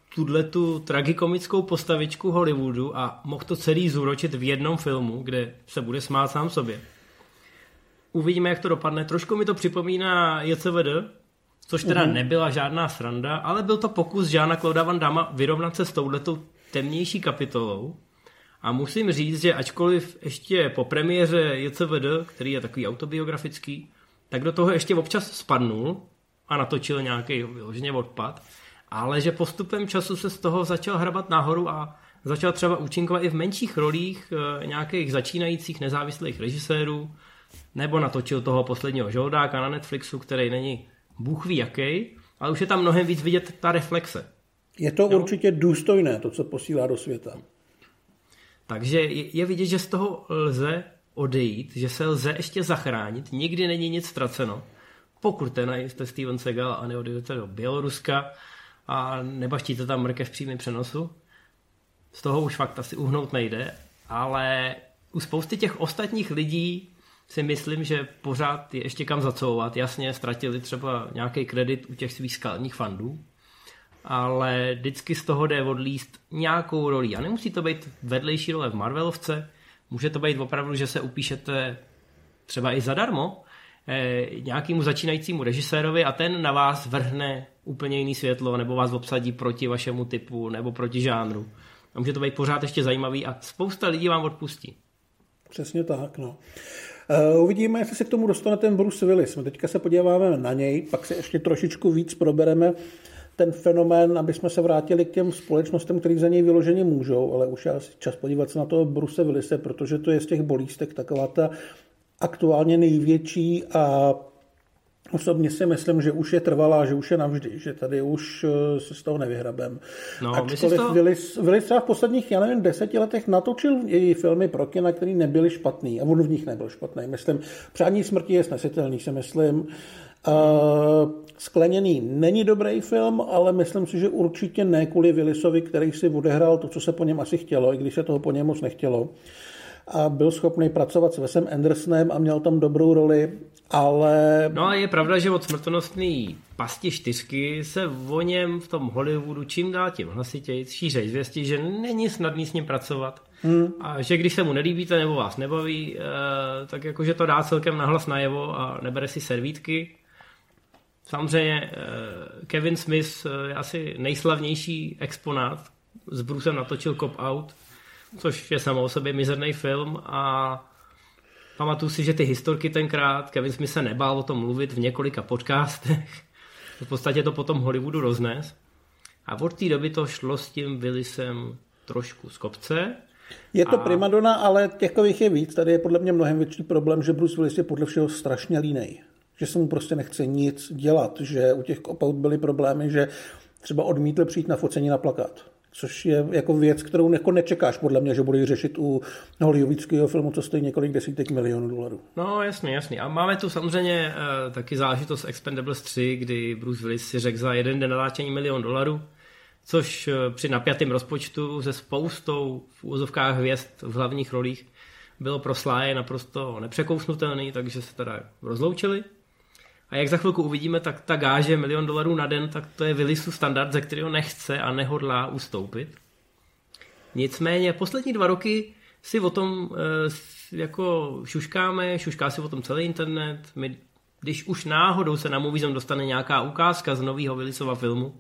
tuhletu tragikomickou postavičku Hollywoodu a mohl to celý zúročit v jednom filmu, kde se bude smát sám sobě. Uvidíme, jak to dopadne. Trošku mi to připomíná J C V D, což teda uhum. nebyla žádná sranda, ale byl to pokus Jeana-Clauda Van Damme vyrovnat se s touhletou temnější kapitolou. A musím říct, že ačkoliv ještě po premiéře J C V D, který je takový autobiografický, tak do toho ještě občas spadnul a natočil nějaký vyloženě odpad, ale že postupem času se z toho začal hrabat nahoru a začal třeba účinkovat i v menších rolích e, nějakých začínajících nezávislých režisérů, nebo natočil toho posledního žoldáka na Netflixu, který není bůh ví jaký, ale už je tam mnohem víc vidět ta reflexe. Je to jo? určitě důstojné, to, co posílá do světa. Takže je vidět, že z toho lze odejít, že se lze ještě zachránit, nikdy není nic ztraceno. Pokud teda jste Steven Seagal a neodjedete do Běloruska a nebaštíte tam mrkev v přímém přenosu, z toho už fakt asi uhnout nejde, ale u spousty těch ostatních lidí si myslím, že pořád je ještě kam zacouvat. Jasně, ztratili třeba nějaký kredit u těch svých skalních fandů, ale vždycky z toho jde odlíst nějakou roli. A nemusí to být vedlejší role v Marvelovce, může to být opravdu, že se upíšete třeba i zadarmo eh, nějakému začínajícímu režisérovi a ten na vás vrhne úplně jiný světlo, nebo vás obsadí proti vašemu typu, nebo proti žánru. A může to být pořád ještě zajímavý a spousta lidí vám odpustí. Přesně tak, no. Uh, uvidíme, jestli se k tomu dostane ten Bruce Willis. My teďka se podíváme na něj, pak se ještě trošičku víc probereme ten fenomén, aby jsme se vrátili k těm společnostem, který za něj vyloženě můžou, ale už je asi čas podívat se na toho Bruce Willise, protože to je z těch bolístek taková ta aktuálně největší a osobně si myslím, že už je trvalá, že už je navždy, že tady už se z toho nevyhrabem. No, Ačkoliv to... Willis, Willis třeba v posledních, já nevím, deseti letech natočil i filmy pro kina, které nebyly špatný a on v nich nebyl špatný. Myslím, Přání smrti je snesitelný, si myslím. Uh, Skleněný není dobrý film, ale myslím si, že určitě ne kvůli Willisovi, který si odehrál to, co se po něm asi chtělo, i když se toho po něm moc nechtělo. A byl schopný pracovat s Wesem Andersonem a měl tam dobrou roli, ale... No a je pravda, že od Smrtonosný pasti čtyřky se o něm v tom Hollywoodu čím dál tím hlasitěji šířej zvěstí, že není snadný s ním pracovat. Hmm. A že když se mu nelíbíte nebo vás nebaví, tak jakože to dá celkem nahlas najevo a nebere si servítky. Samozřejmě Kevin Smith je asi nejslavnější exponát. S Brucem natočil Cop Out, což je samo o sobě mizerný film a pamatuju si, že ty historky tenkrát, Kevin Smith se nebál o tom mluvit v několika podcastech. V podstatě to potom Hollywoodu roznes. A od té doby to šlo s tím Willisem trošku z kopce. Je to a... primadona, ale těchkových je víc. Tady je podle mě mnohem větší problém, že Bruce Willis je podle všeho strašně línej. Že se mu prostě nechce nic dělat. Že u těch Cop Out byly problémy, že třeba odmítl přijít na focení na plakát. Což je jako věc, kterou jako nečekáš podle mě, že bude řešit u hollywoodského filmu, co stojí několik desítek milionů dolarů. No jasně, jasně. A máme tu samozřejmě uh, taky záležitost Expendables tři, kdy Bruce Willis si řekl za jeden den natáčení milion dolarů, což uh, při napjatém rozpočtu se spoustou v úvozovkách hvězd v hlavních rolích bylo pro Sly naprosto nepřekousnutelný, takže se teda rozloučili. A jak za chvilku uvidíme, tak ta gáže milion dolarů na den, tak to je Willisu standard, ze kterého nechce a nehodlá ustoupit. Nicméně poslední dva roky si o tom e, jako šuškáme, šušká si o tom celý internet. My, když už náhodou se na Moviezone dostane nějaká ukázka z nového Willisova filmu,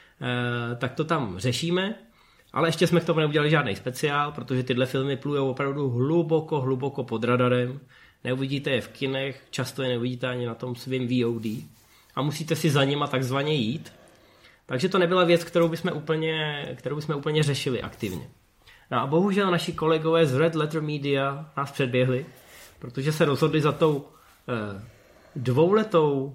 e, tak to tam řešíme. Ale ještě jsme k tomu neudělali žádný speciál, protože tyhle filmy plujou opravdu hluboko, hluboko pod radarem. Neuvidíte je v kinech, často je neuvidíte ani na tom svým V O D a musíte si za nima takzvaně jít. Takže to nebyla věc, kterou bychom úplně, kterou bychom úplně řešili aktivně. No a bohužel naši kolegové z Red Letter Media nás předběhli, protože se rozhodli za tou eh, dvouletou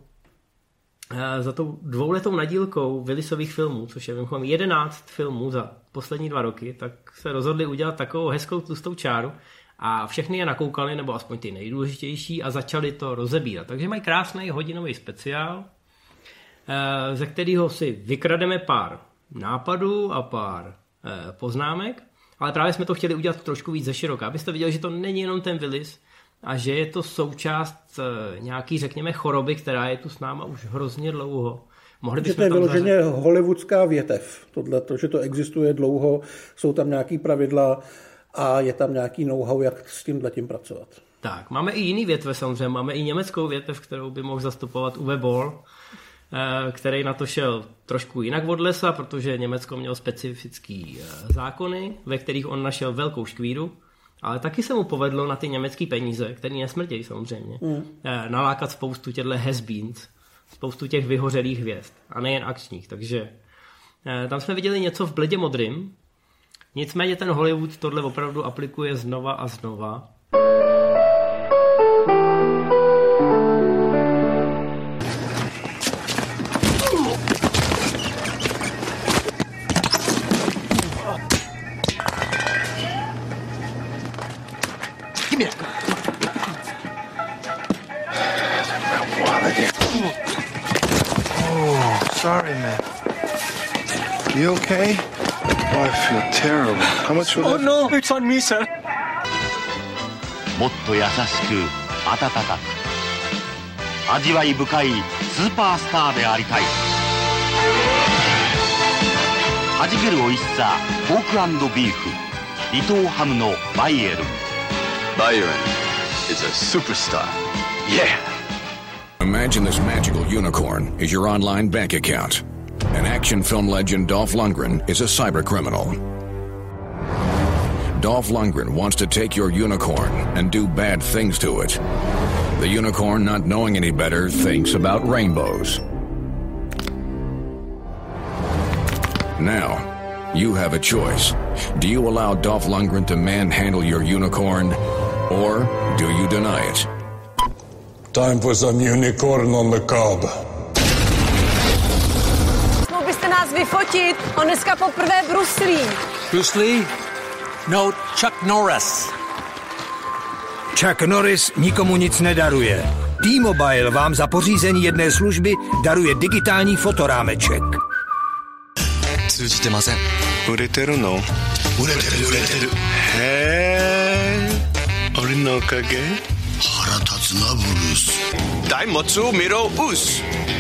eh, za tou dvouletou nadílkou Willisových filmů, což je mimochodem jedenáct filmů za poslední dva roky, tak se rozhodli udělat takovou hezkou tlustou čáru a všechny je nakoukali, nebo aspoň ty nejdůležitější, a začali to rozebírat. Takže mají krásný hodinový speciál, ze kterého si vykrademe pár nápadů a pár poznámek, ale právě jsme to chtěli udělat trošku víc ze široka, abyste viděli, že to není jenom ten Willis a že je to součást nějaký, řekněme, choroby, která je tu s náma už hrozně dlouho. Mohli bychom to je vyloženě zařadit... hollywoodská větev. Tohle, to, že to existuje dlouho, jsou tam nějaký pravidla a je tam nějaký know-how, jak s tímhletím pracovat. Tak, máme i jiný větve samozřejmě, máme i německou větev, kterou by mohl zastupovat Uwe Boll, který na to šel trošku jinak od lesa, protože Německo mělo specifický zákony, ve kterých on našel velkou škvíru, ale taky se mu povedlo na ty německý peníze, který nesmrtějí samozřejmě, mm. nalákat spoustu těchto has-beens, spoustu těch vyhořelých hvězd a nejen akčních, takže tam jsme viděli něco v bledě modrým, nicméně ten Hollywood tohle opravdu aplikuje znova a znova. Sorry, man. You okay? Oh, I feel terrible. How much will Oh, that... no, it's on me, sir. もっと優しく温かく味わい深いスーパースターでありたい。はじける美味しさポーク&ビーフ伊藤ハムのバイエルン。 バイエルン is a superstar. Yeah. Imagine this magical unicorn is your online bank account. An action film legend, Dolph Lundgren, is a cyber criminal. Dolph Lundgren wants to take your unicorn and do bad things to it. The unicorn, not knowing any better, thinks about rainbows. Now, you have a choice. Do you allow Dolph Lundgren to manhandle your unicorn, or do you deny it? Time for some unicorn on the cob. Mohl byste nás vyfotit? On dneska poprvé bruslí. Bruce Lee? No, Chuck Norris. Chuck Norris nikomu nic nedaruje. T-Mobile vám za pořízení jedné služby daruje digitální fotorámeček. 通じてません。売れてるの？売れてる売れてる。へー。俺のおかげ？腹立つなブルース。大物見ろウス。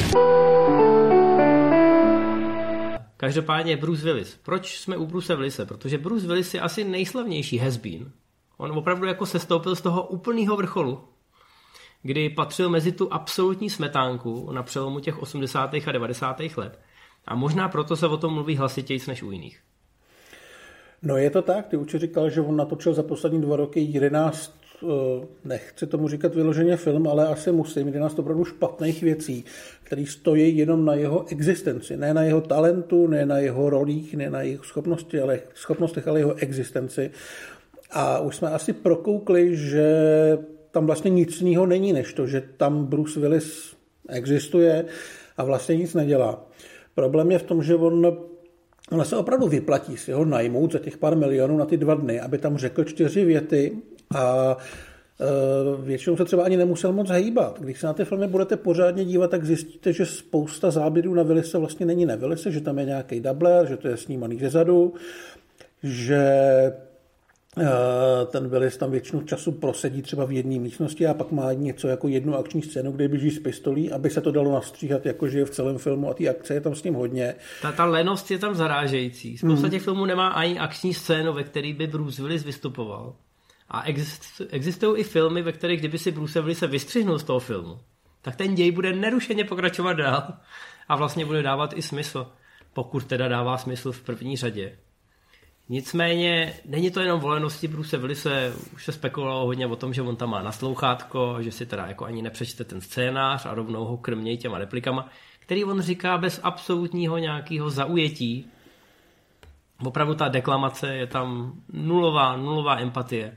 Každopádně Bruce Willis. Proč jsme u Bruce Willise? Protože Bruce Willis je asi nejslavnější has-been. On opravdu jako sestoupil z toho úplného vrcholu, kdy patřil mezi tu absolutní smetánku na přelomu těch osmdesátých a devadesátých let. A možná proto se o tom mluví hlasitějc než u jiných. No je to tak, ty určitě říkal, že on natočil za poslední dva roky jedenáct, nechci tomu říkat vyloženě film, ale asi musím, jedenáct opravdu špatných věcí, které stojí jenom na jeho existenci. Ne na jeho talentu, ne na jeho rolích, ne na jeho schopnosti, ale, schopnostech, ale jeho existenci. A už jsme asi prokoukli, že tam vlastně nic jiného není, než to, že tam Bruce Willis existuje a vlastně nic nedělá. Problém je v tom, že on, on se opravdu vyplatí si ho najmout za těch pár milionů na ty dva dny, aby tam řekl čtyři věty a e, většinou se třeba ani nemusel moc hejbat. Když se na ty filmy budete pořádně dívat, tak zjistíte, že spousta záběrů na Willise vlastně není na Willise, že tam je nějaký dubler, že to je snímaný zezadu, že ten Willis tam většinu času prosedí třeba v jedné místnosti a pak má něco jako jednu akční scénu, kde běží s pistolí, aby se to dalo nastříhat, jakože je v celém filmu a ty akce je tam s ním hodně. Ta, ta lenost je tam zarážející. Spousta mm. těch filmů nemá ani akční scénu, ve který by Bruce Willis vystupoval. A exist, existují i filmy, ve kterých kdyby si Bruce Willis se vystřihnul z toho filmu, tak ten děj bude nerušeně pokračovat dál a vlastně bude dávat i smysl, pokud teda dává smysl v první řadě. Nicméně není to jenom volenosti Bruce Willise, už se spekulovalo hodně o tom, že on tam má naslouchátko, že si teda jako ani nepřečte ten scénář a rovnou ho krmějí těma replikama, který on říká bez absolutního nějakého zaujetí. Opravdu ta deklamace je tam nulová, nulová empatie.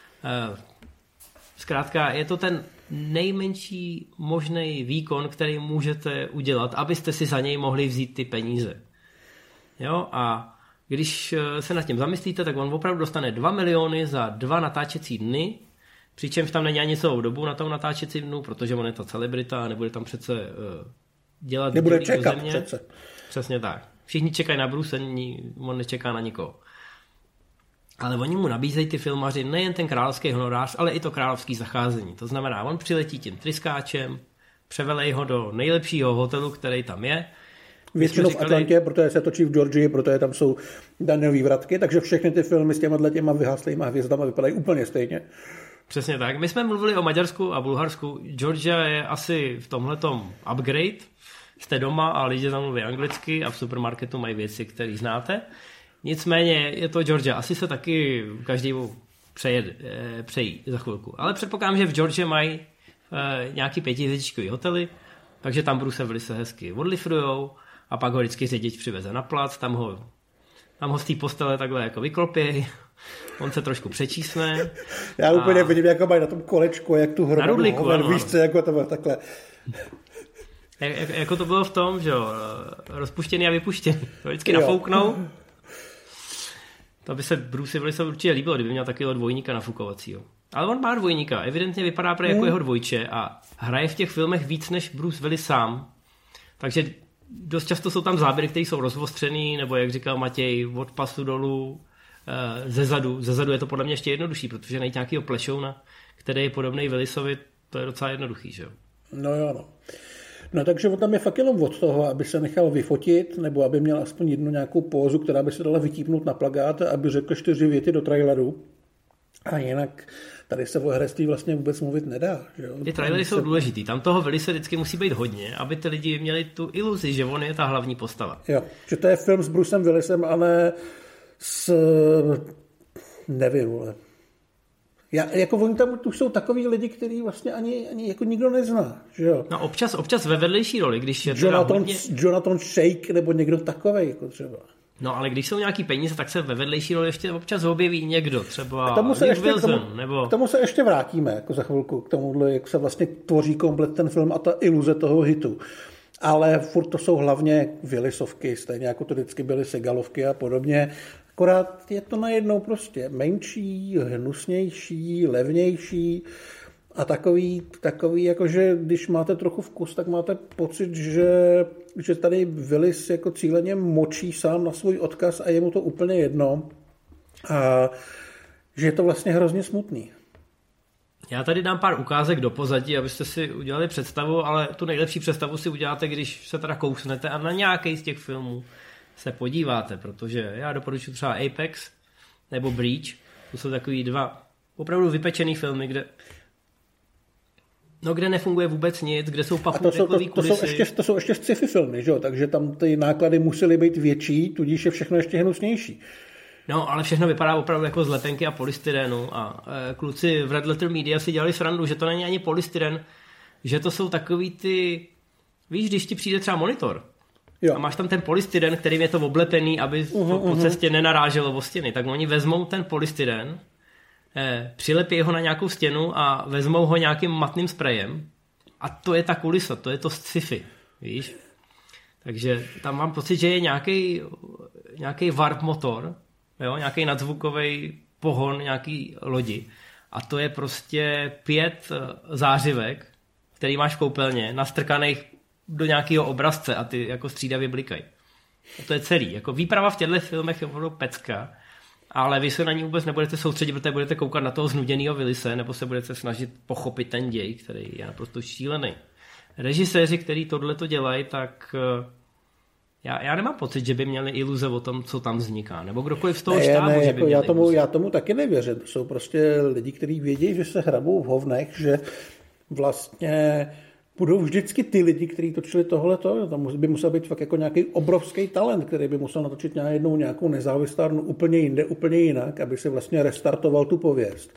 Zkrátka je to ten nejmenší možný výkon, který můžete udělat, abyste si za něj mohli vzít ty peníze. Jo, a když se nad tím zamyslíte, tak on opravdu dostane dva miliony za dva natáčecí dny, přičemž tam není ani celou dobu na tom natáčecí dnu, protože on je ta celebrita a nebude tam přece uh, dělat... Nebude čekat přece. Přesně tak. Všichni čekají na Bruce, on nečeká na nikoho. Ale oni mu nabízejí ty filmaři nejen ten královský honorář, ale i to královský zacházení. To znamená, on přiletí tím tryskáčem, převelej ho do nejlepšího hotelu, který tam je, Většinou v Atlantě, protože se točí v Georgii, protože tam jsou daňové vratky, takže všechny ty filmy s těma těma vyhaslejma hvězdama vypadají úplně stejně. Přesně tak. My jsme mluvili o Maďarsku a Bulharsku. Georgia je asi v tomhletom upgrade. Jste doma a lidi tam mluví anglicky a v supermarketu mají věci, které znáte. Nicméně je to Georgia. Asi se taky každý přejed, přejí za chvilku. Ale předpokládám, že v Georgii mají nějaký pětihvězdičkový hotely, takže tam Bruce Willis se hezky odlifrujou a pak ho vždycky řidič přiveze na plac, tam ho, tam ho z té postele takhle jako vyklopěj, on se trošku přečísne. Já úplně a... vidím, jak ho mají na tom kolečku, jak tu hromadu hoven, víš co, jako to bylo takhle. Jak, jak, jako to bylo v tom, že jo, rozpuštěný a vypuštěný. Vždycky nafouknou. To by se Bruce Willisovi určitě líbilo, kdyby měl takového dvojníka nafukovacího. Ale on má dvojníka, evidentně vypadá prý jako jeho dvojče a hraje v těch filmech víc než Bruce Willis sám. Takže dost často jsou tam záběry, které jsou rozvostřený, nebo jak říkal Matěj, od pasu dolů, ze zadu. Ze zadu je to podle mě ještě jednodušší, protože najít nějakýho plešouna, který je podobný Willisovi, to je docela jednoduchý, že jo? No jo, no. No takže on tam je fakt jenom od toho, aby se nechal vyfotit, nebo aby měl aspoň jednu nějakou pózu, která by se dala vytípnout na plakát, aby řekl čtyři věty do traileru. A jinak tady se o herectví vlastně vůbec mluvit nedá. Že jo? Ty trailery jsou důležitý. Tam toho Willise vždycky musí být hodně, aby ty lidi měli tu iluzi, že on je ta hlavní postava. Jo, že to je film s Brucem Willisem, ale s... nevím, ale... Já, jako oni tam tu jsou takový lidi, který vlastně ani, ani jako nikdo nezná, že jo? No občas, občas ve vedlejší roli, když je Jonathan, hodně... Jonathan Shake nebo někdo takovej, jako třeba. No ale když jsou nějaký peníze, tak se ve vedlejší roli ještě občas objeví někdo, třeba k tomu se ještě, Wilson, k tomu, nebo... K tomu se ještě vrátíme, jako za chvilku, k tomuhle, jak se vlastně tvoří komplet ten film a ta iluze toho hitu. Ale furt to jsou hlavně Willisovky, stejně jako to vždycky byly Segalovky a podobně. Akorát je to najednou prostě menší, hnusnější, levnější a takový, takový jakože když máte trochu vkus, tak máte pocit, že, že tady Willis jako cíleně močí sám na svůj odkaz a je mu to úplně jedno a že je to vlastně hrozně smutný. Já tady dám pár ukázek do pozadí, abyste si udělali představu, ale tu nejlepší představu si uděláte, když se teda kousnete a na nějaký z těch filmů se podíváte, protože já doporučuji třeba Apex nebo Breach, to jsou takový dva opravdu vypečený filmy, kde no kde nefunguje vůbec nic, kde jsou pachutechový kulisy. To jsou ještě, to jsou ještě sci-fi filmy, že jo? Takže tam ty náklady musely být větší, tudíž je všechno ještě hnusnější. No, ale všechno vypadá opravdu jako z lepenky a polystyrenu a e, kluci v Red Letter Media si dělali srandu, že to není ani polystyren, že to jsou takový ty, víš, když ti přijde třeba monitor, jo. A máš tam ten polystyren, kterým je to oblepený, aby uh-huh, po cestě uh-huh. nenaráželo o stěny. Tak oni vezmou ten polystyren, eh, přilepí ho na nějakou stěnu a vezmou ho nějakým matným sprejem a to je ta kulisa, to je to sci-fi, víš. Takže tam mám pocit, že je nějaký, nějaký warp motor, jo, nějaký nadzvukový pohon, nějaký lodi a to je prostě pět zářivek, který máš v koupelně, nastrkaných do nějakého obrazce a ty jako střídavě blikají. A to je celý. Jako výprava v těchto filmech je opravdu pecka, ale vy se na ní vůbec nebudete soustředit, protože budete koukat na toho znuděnýho Willise, nebo se budete snažit pochopit ten děj, který je naprosto šílený. Režiséři, kteří tohleto dělají, tak já, já nemám pocit, že by měli iluze o tom, co tam vzniká. Nebo kdokoliv z toho ne, štábu, ne, že by jako já, tomu, já tomu taky nevěřím. To jsou prostě lidi, kteří vědí, že se hrabou v hovnech, že vlastně budou vždycky ty lidi, kteří točili tohleto. Tam by musel být fakt jako nějaký obrovský talent, který by musel natočit jednou nějakou nezávislárnu úplně jinde, úplně jinak, aby se vlastně restartoval tu pověst.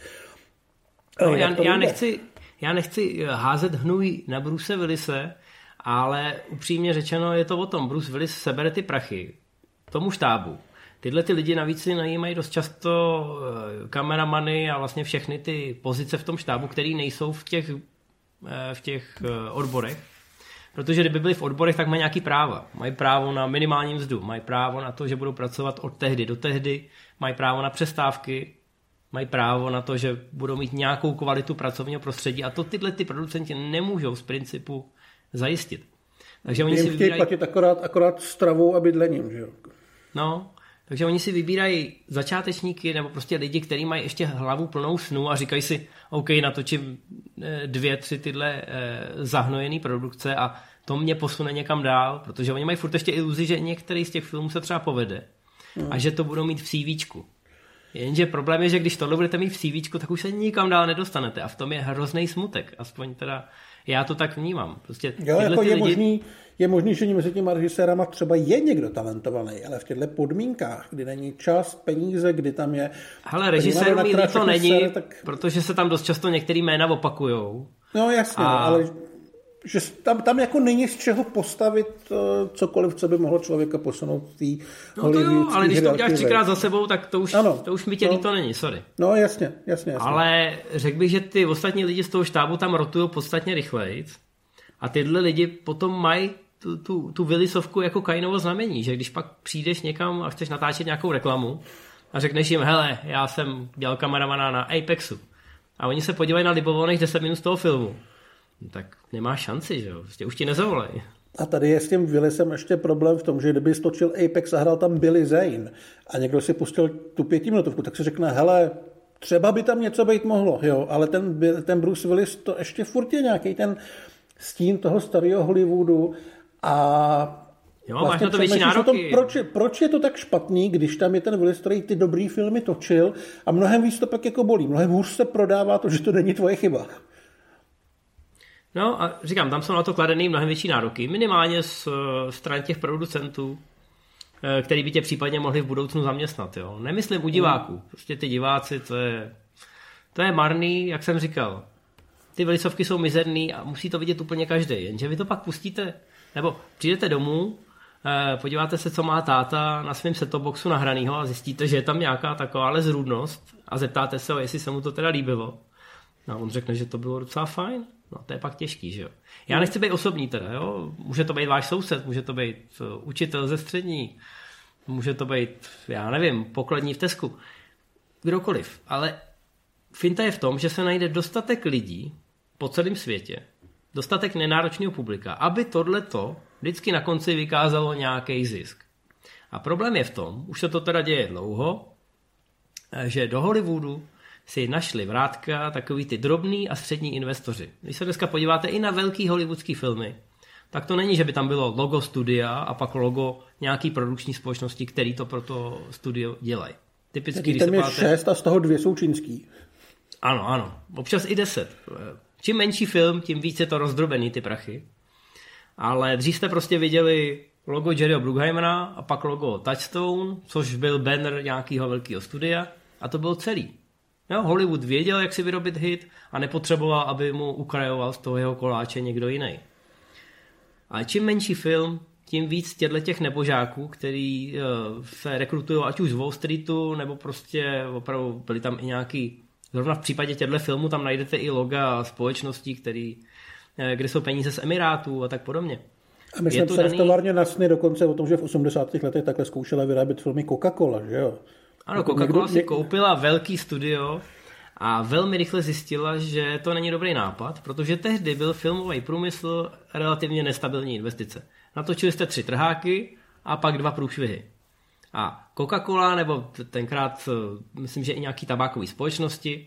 No, já, já, nechci, já nechci házet hnůj na Bruce Willise, ale upřímně řečeno je to o tom. Bruce Willis sebere ty prachy tomu štábu. Tyhle ty lidi navíc si najímají dost často kameramany a vlastně všechny ty pozice v tom štábu, které nejsou v těch v těch odborech, protože kdyby byli v odborech, tak mají nějaký práva. Mají právo na minimální mzdu, mají právo na to, že budou pracovat od tehdy do tehdy, mají právo na přestávky, mají právo na to, že budou mít nějakou kvalitu pracovního prostředí a to tyhle ty producenti nemůžou z principu zajistit. Takže oni si vybírají... platit akorát, akorát stravou a bydlením, že jo? No, takže oni si vybírají začátečníky nebo prostě lidi, kteří mají ještě hlavu plnou snů a říkají si, OK, natočím dvě, tři tyhle eh, zahnojený produkce a to mě posune někam dál, protože oni mají furt ještě iluzi, že některý z těch filmů se třeba povede hmm. a že to budou mít v CVčku. Jenže problém je, že když tohle budete mít v CVčku, tak už se nikam dál nedostanete a v tom je hrozný smutek. Aspoň teda já to tak vnímám. Prostě jo, jako je, lidi... možný, je možný, že mezi těma režisérama třeba je někdo talentovaný, ale v těchto podmínkách, kdy není čas, peníze, kdy tam je... Hele, režisérů mi to není, ser, tak... protože se tam dost často některý jména opakujou. No jasně, a... ale že tam, tam jako není z čeho postavit uh, cokoliv, co by mohlo člověka posunout v té no to jo, ale když to uděláš třikrát za sebou, tak to už, ano, to už mi tě no, líto není, sorry. No jasně, jasně, jasně. Ale řekl bych, že ty ostatní lidi z toho štábu tam rotují podstatně rychleji a tyhle lidi potom mají tu, tu, tu Willisovku jako Kainovo znamení, že když pak přijdeš někam a chceš natáčet nějakou reklamu a řekneš jim, hele, já jsem dělal kameramana na Apexu a oni se podívají na libovolných deset minut z toho filmu, tak nemáš šanci, že jo, prostě už ti nezavolají. A tady je s tím Willisem ještě problém v tom, že kdyby stočil Apex a hrál tam Billy Zane a někdo si pustil tu pětiminutovku, tak si řekne, hele, třeba by tam něco být mohlo, jo, ale ten, ten Bruce Willis to ještě furt je nějaký ten stín toho starého Hollywoodu a jo, vlastně máš na to větší nároky. Tom, proč, proč je to tak špatný, když tam je ten Willis, který ty dobrý filmy točil a mnohem víc to pak jako bolí, mnohem hůř se prodává to, že to není tvoje chyba. No a říkám, tam jsou na to kladený mnohem větší nároky, minimálně z stran těch producentů, který by tě případně mohli v budoucnu zaměstnat. Jo. Nemyslím u diváků, prostě ty diváci, to je, to je marný, jak jsem říkal. Ty Willisovky jsou mizerný a musí to vidět úplně každý, jenže vy to pak pustíte, nebo přijdete domů, podíváte se, co má táta na svém set-top boxu nahranýho a zjistíte, že je tam nějaká takováhle zrůdnost a zeptáte se ho, jestli se mu to teda líbilo. No on řekne, že to bylo docela fajn. No, to je pak těžký, že jo. Já nechci být osobní teda, jo. Může to být váš soused, může to být učitel ze střední, může to být, já nevím, pokladní v Tesku. Kdokoliv. Ale finta je v tom, že se najde dostatek lidí po celém světě, dostatek nenáročného publika, aby tohleto vždycky na konci vykázalo nějaký zisk. A problém je v tom, už se to teda děje dlouho, že do Hollywoodu si našli vrátka takový ty drobný a střední investoři. Když se dneska podíváte i na velký hollywoodský filmy, tak to není, že by tam bylo logo studia a pak logo nějaký produkční společnosti, který to pro to studio dělají. Typicky, když se je páte... šest a z toho dvě jsou čínský. Ano, ano. Občas i deset. Čím menší film, tím víc je to rozdrobený, ty prachy. Ale dřív jste prostě viděli logo Jerryho Bruckheimera a pak logo Touchstone, což byl banner nějakého velkého studia a to bylo celý. Jo, Hollywood věděl, jak si vyrobit hit a nepotřeboval, aby mu ukrajoval z toho jeho koláče někdo jiný. A čím menší film, tím víc těch nebožáků, který uh, se rekrutují ať už z Wall Streetu, nebo prostě opravdu byli tam i nějaký, zrovna v případě těchto filmů tam najdete i loga společností, který, uh, kde jsou peníze z Emirátů a tak podobně. A my jsme psali v továrně na sny dokonce o tom, že v osmdesátých letech takhle zkoušela vyrábět filmy Coca-Cola, že jo? Ano, Coca-Cola si koupila velký studio a velmi rychle zjistila, že to není dobrý nápad, protože tehdy byl filmový průmysl relativně nestabilní investice. Natočili jste tři trháky a pak dva průšvihy. A Coca-Cola, nebo tenkrát myslím, že i nějaký tabákový společnosti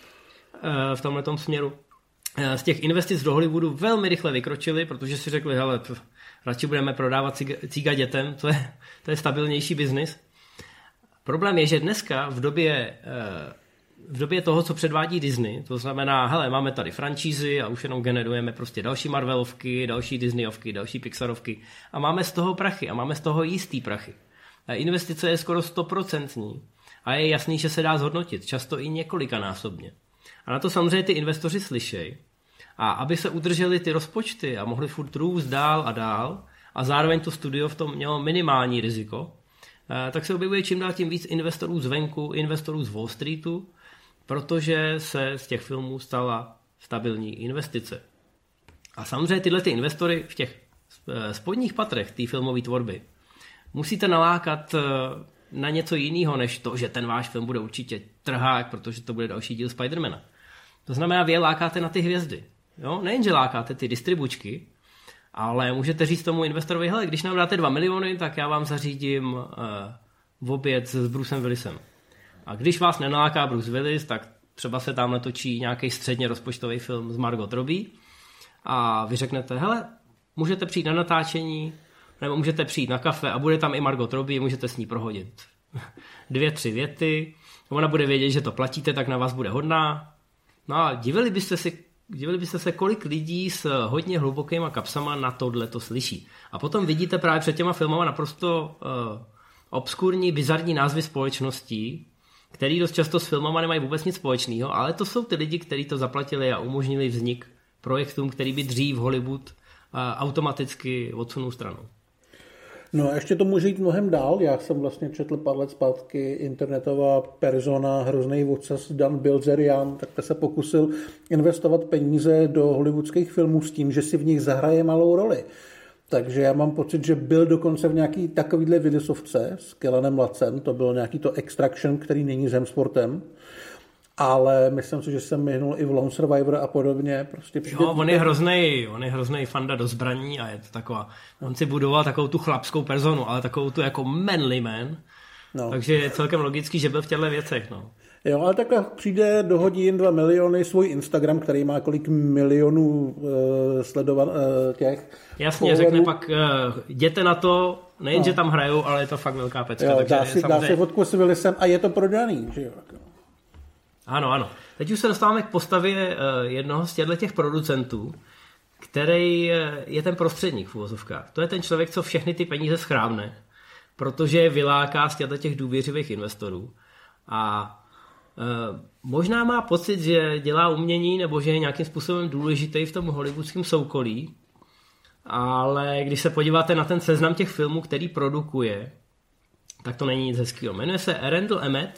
v tomhletom směru, z těch investic do Hollywoodu velmi rychle vykročili, protože si řekli, hele, radši budeme prodávat cíga dětem, to je, to je stabilnější biznis. Problém je, že dneska v době, v době toho, co předvádí Disney, to znamená, hele, máme tady franšízy a už jenom generujeme prostě další Marvelovky, další Disneyovky, další Pixarovky a máme z toho prachy a máme z toho jistý prachy. A investice je skoro stoprocentní a je jasný, že se dá zhodnotit, často i několikanásobně. A na to samozřejmě ty investoři slyšejí. A aby se udrželi ty rozpočty a mohli furt růst dál a dál a zároveň to studio v tom mělo minimální riziko, tak se objevuje čím dál tím víc investorů zvenku, investorů z Wall Streetu, protože se z těch filmů stala stabilní investice. A samozřejmě tyhle ty investory v těch spodních patrech té filmové tvorby musíte nalákat na něco jiného, než to, že ten váš film bude určitě trhák, protože to bude další díl Spidermana. To znamená, vy je lákáte na ty hvězdy. Jo? Nejenže lákáte ty distribučky, ale můžete říct tomu investorovi, hele, když nám dáte dva miliony, tak já vám zařídím uh, v oběd s Brucem Willisem. A když vás nenaláká Bruce Willis, tak třeba se tam natočí nějaký středně rozpočtový film s Margot Robbie a vy řeknete, hele, Můžete přijít na natáčení, nebo můžete přijít na kafe a bude tam i Margot Robbie, můžete s ní prohodit dvě, tři věty, ona bude vědět, že to platíte, tak na vás bude hodná. No a divili byste si, divili byste se, kolik lidí s hodně hlubokýma kapsama na tohle to slyší. A potom vidíte právě před těma filmama naprosto uh, obskurní, bizarní názvy společností, který dost často s filmama nemají vůbec nic společného, ale to jsou ty lidi, kteří to zaplatili a umožnili vznik projektům, který by dřív Hollywood uh, automaticky odsunul stranou. No a ještě to může jít mnohem dál. Já jsem vlastně četl pár let zpátky internetová persona, hrozný vocas Dan Bilzerian, tak se pokusil investovat peníze do hollywoodských filmů s tím, že si v nich zahraje malou roli. Takže já mám pocit, že byl dokonce v nějaký takovýhle videosovce s Kellanem Lacem, to bylo nějaký to Extraction, který není s Hemsworthem, ale myslím si, že jsem myhnul i v Lone Survivor a podobně. Prostě jo, on je hroznej, on je hroznej fanda do zbraní a je to taková, on si budoval takovou tu chlapskou personu, ale takovou tu jako manly man, no. Takže je celkem logický, že byl v těchto věcech, no. Jo, ale takhle přijde, dohodí jen dva miliony svůj Instagram, který má kolik milionů uh, sledovan uh, těch. Jasně, pohledů. Řekne pak, uh, jděte na to, nejen, no. Že tam hrajou, ale je to fakt velká pecka. Jo, takže dá, si, samozřejmě... dá si fotku s Willisem a je to prodaný, že jo. Ano, ano. Teď už se dostáváme k postavě uh, jednoho z těchto těch producentů, který uh, je ten prostředník v uvozovkách. To je ten člověk, co všechny ty peníze schrábne, protože je vyláká z těchto těch důvěřivých investorů. A Uh, možná má pocit, že dělá umění nebo že je nějakým způsobem důležitý v tom hollywoodském soukolí, ale když se podíváte na ten seznam těch filmů, který produkuje, tak to není nic hezkýho. Jmenuje se Randall Emmett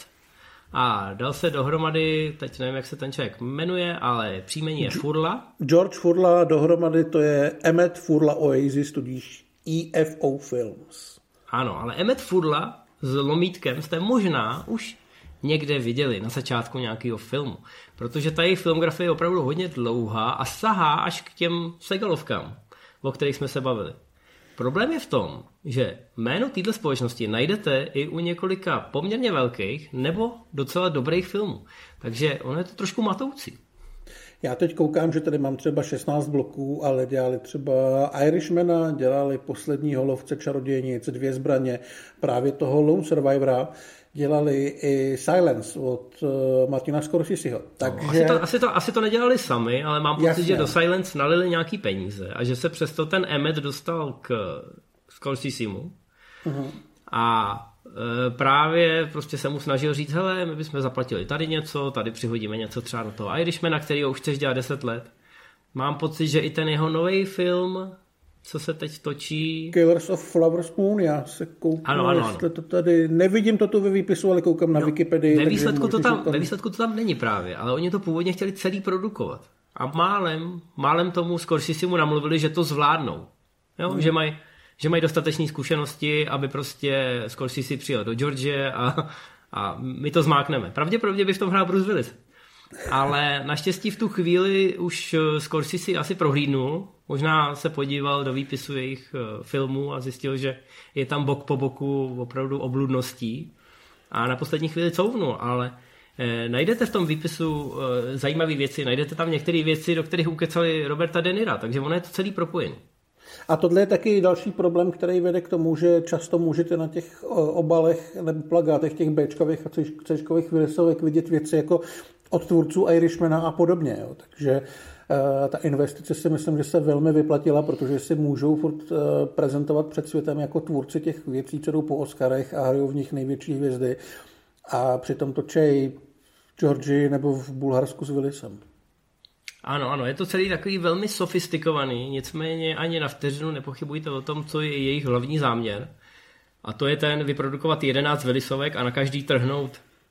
a dal se dohromady, teď nevím, jak se ten člověk jmenuje, ale příjmení je Furla. George Furla dohromady to je Emmett Furla Oasis, tudíž E F O Films. Ano, ale Emmett Furla s lomítkem jste možná už někde viděli na začátku nějakého filmu. Protože ta jejich filmografie je opravdu hodně dlouhá a sahá až k těm Segalovkám, o kterých jsme se bavili. Problém je v tom, že jméno této společnosti najdete i u několika poměrně velkých nebo docela dobrých filmů. Takže ono je to trošku matoucí. Já teď koukám, že tady mám třeba šestnáct bloků, ale dělali třeba Irishmana, dělali Posledního lovce čarodějnic, Dvě zbraně, právě toho Lone Survivora, dělali i Silence od uh, Martina Scorseseho. Takže... No, asi, to, asi, to, asi to nedělali sami, ale mám pocit, Jasně. že do Silence nalili nějaký peníze a že se přesto ten Emmett dostal k Scorsesemu. Uh-huh. A e, právě prostě se mu snažil říct, hele, my bychom zaplatili tady něco, tady přihodíme něco třeba do toho Irishmana, kterýho už chceš dělat deset let. Mám pocit, že i ten jeho nový film, co se teď točí... Killers of Flower Moon, já se koukám, ano, ano, ano. To tady, nevidím to tu ve výpisu, ale koukám na no, Wikipedii. Ve výsledku, to tam, tam... ve výsledku to tam není právě, ale oni to původně chtěli celý produkovat. A málem, málem tomu Scorsesemu namluvili, že to zvládnou. Jo? Hmm. Že mají že mají dostatečné zkušenosti, aby prostě Scorsese přijel do Georgie a, a my to zmákneme. Pravděpodobně by v tom hrál Bruce Willis. Ale naštěstí v tu chvíli už Scorsese asi prohlídnul, možná se podíval do výpisu jejich filmů a zjistil, že je tam bok po boku opravdu obludností a na poslední chvíli couvnul, ale eh, najdete v tom výpisu eh, zajímavé věci, najdete tam některé věci, do kterých ukecali Roberta De Nira, takže ono je to celý propojený. A tohle je taky další problém, který vede k tomu, že často můžete na těch obalech nebo plakátech těch Bčkových a Cčkových Willisovek vidět věci jako od tvůrců Irishmana a podobně. Jo. Takže uh, ta investice si myslím, že se velmi vyplatila, protože si můžou furt uh, prezentovat před světem jako tvůrci těch věcí, co jdou po Oscarech a hrajou v nich největší hvězdy. A přitom točej v Georgii nebo v Bulharsku s Willisem. Ano, ano, je to celý takový velmi sofistikovaný, nicméně ani na vteřinu nepochybujte o tom, co je jejich hlavní záměr. A to je ten vyprodukovat jedenáct Willisovek a na každý trhnout,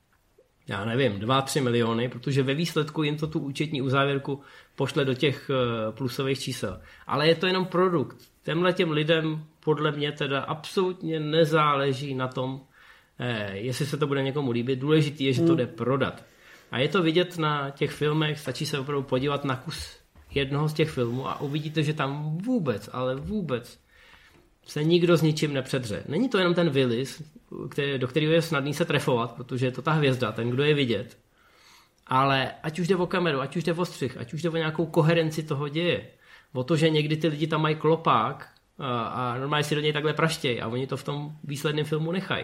já nevím, dva tři miliony, protože ve výsledku jim to tu účetní uzávěrku pošle do těch plusových čísel. Ale je to jenom produkt. Těmhle těm lidem podle mě teda absolutně nezáleží na tom, jestli se to bude někomu líbit. Důležitý je, že to jde prodat. A je to vidět na těch filmech, stačí se opravdu podívat na kus jednoho z těch filmů a uvidíte, že tam vůbec, ale vůbec se nikdo s ničím nepředře. Není to jenom ten Willis, který, do kterého je snadný se trefovat, protože je to ta hvězda, ten, kdo je vidět. Ale ať už jde o kameru, ať už jde o střih, ať už jde o nějakou koherenci toho děje, o to, že někdy ty lidi tam mají klopák a, a normálně si do něj takhle praštějí a oni to v tom výsledném filmu nechají.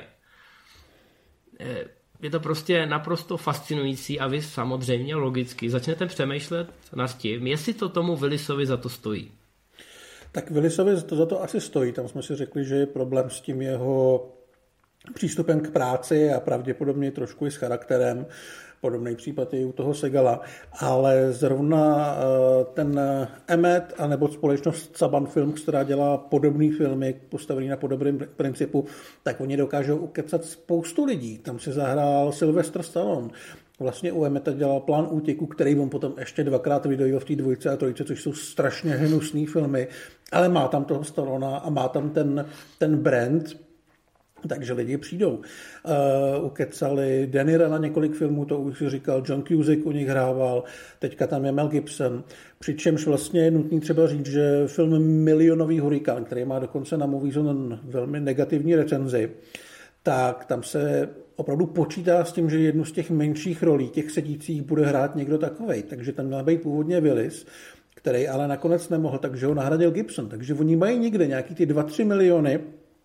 Je to prostě naprosto fascinující a vy samozřejmě logicky začnete přemýšlet nad tím, jestli to tomu Willisovi za to stojí. Tak Willisovi to za to asi stojí. Tam jsme si řekli, že je problém s tím jeho přístupem k práci a pravděpodobně trošku i s charakterem. Podobný případ je i u toho Segala. Ale zrovna ten Emmet anebo společnost Saban Films, která dělá podobný filmy postavený na podobném principu, tak oni dokážou ukecat spoustu lidí. Tam si zahrál Sylvester Stallone. Vlastně u Emmeta dělal Plán útěku, který on potom ještě dvakrát vydojil v té dvojce a trojce, což jsou strašně hnusný filmy, ale má tam toho Stallona a má tam ten, ten brand, takže lidi přijdou. Uh, ukecali Denira na několik filmů, to už říkal, John Cusack u nich hrával, teďka tam je Mel Gibson, přičemž vlastně je nutný třeba říct, že film Milionový hurikán, který má dokonce na Movie Zone velmi negativní recenzi, tak tam se opravdu počítá s tím, že jednu z těch menších rolí, těch sedících, bude hrát někdo takovej. Takže tam měl být původně Willis, který ale nakonec nemohl, takže ho nahradil Gibson. Takže oni mají někde nějaký ty dva tři miliony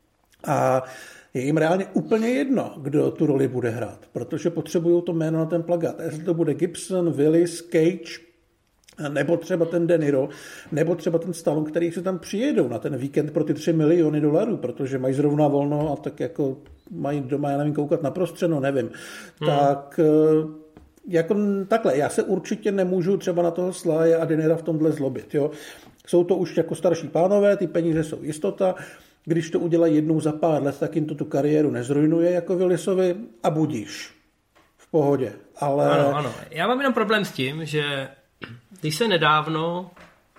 a je jim reálně úplně jedno, kdo tu roli bude hrát, protože potřebují to jméno na ten plakát. A jestli to bude Gibson, Willis, Cage, nebo třeba ten De Niro, nebo třeba ten Stallone, který se tam přijedou na ten víkend pro ty tři miliony dolarů, protože mají zrovna volno a tak jako mají doma, já nevím, koukat na prostřeno, nevím. Hmm. Tak jako takhle, já se určitě nemůžu třeba na toho Sly a De Nira v tomhle zlobit. Jo? Jsou to už jako starší pánové, ty peníze jsou jistota, když to udělají jednou za pár let, tak jim to tu kariéru nezrujnuje jako Willisovi a budíš. V pohodě. Ale... Ano, ano. Já mám jenom problém s tím, že když se nedávno,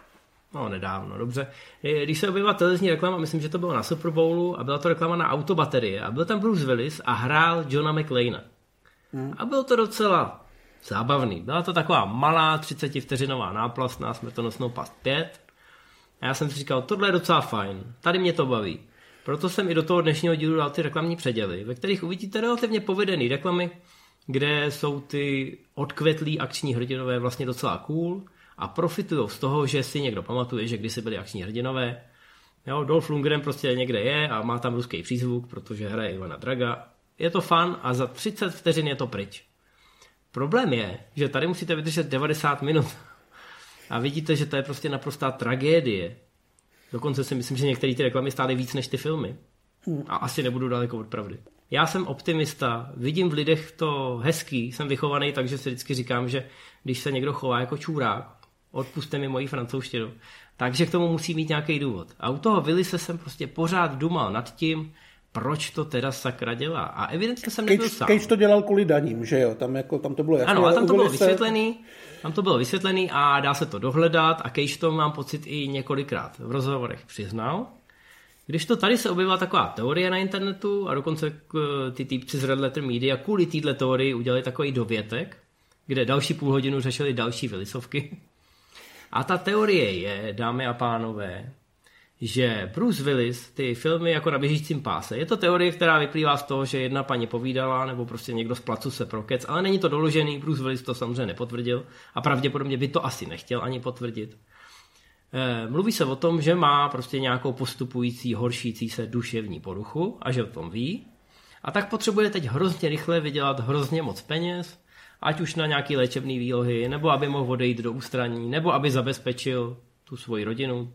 no nedávno, dobře, když se objevila televizní reklama, myslím, že to bylo na Super Bowlu a byla to reklama na autobaterie a byl tam Bruce Willis a hrál Johna McClaina. Hmm. A bylo to docela zábavný. Byla to taková malá třicetivteřinová náplast na Smrtonosnou past pět a já jsem si říkal, tohle je docela fajn, tady mě to baví. Proto jsem i do toho dnešního dílu dal ty reklamní předěly, ve kterých uvidíte relativně povedený reklamy, kde jsou ty odkvetlí akční hrdinové vlastně docela cool a profitují z toho, že si někdo pamatuje, že kdysi byli akční hrdinové. Jo, Dolph Lundgren prostě někde je a má tam ruský přízvuk, protože hraje Ivana Draga. Je to fun a za třicet vteřin je to pryč. Problém je, že tady musíte vydržet devadesát minut a vidíte, že to je prostě naprostá tragédie. Dokonce si myslím, že některé ty reklamy stály víc než ty filmy. A asi nebudu daleko od pravdy. Já jsem optimista, vidím v lidech to hezký, jsem vychovaný, takže si vždycky říkám, že když se někdo chová jako čůrák, odpuste mi moji francouzštinu, takže k tomu musí mít nějaký důvod. A u toho Willise jsem prostě pořád dumal nad tím, proč to teda sakra dělá. A evidentně jsem nebyl sám. Cage to dělal kvůli daním, že jo? Tam, jako, tam to bylo jasné. Ano, a tam to bylo vysvětlený, tam to bylo vysvětlený a dá se to dohledat a Cage to mám pocit i několikrát v rozhovorech přiznal. Když to tady se objevila taková teorie na internetu a dokonce ty týpci z Red Letter Media kvůli této teorii udělali takový dovětek, kde další půl hodinu řešili další Willisovky. A ta teorie je, dámy a pánové, že Bruce Willis ty filmy jako na běžícím páse. Je to teorie, která vyplývá z toho, že jedna paní povídala, nebo prostě někdo z placu se prokec, ale není to doložený, Bruce Willis to samozřejmě nepotvrdil a pravděpodobně by to asi nechtěl ani potvrdit. Mluví se o tom, že má prostě nějakou postupující, horšící se duševní poruchu a že o tom ví. A tak potřebuje teď hrozně rychle vydělat hrozně moc peněz, ať už na nějaký léčebný výlohy, nebo aby mohl odejít do ústraní, nebo aby zabezpečil tu svoji rodinu.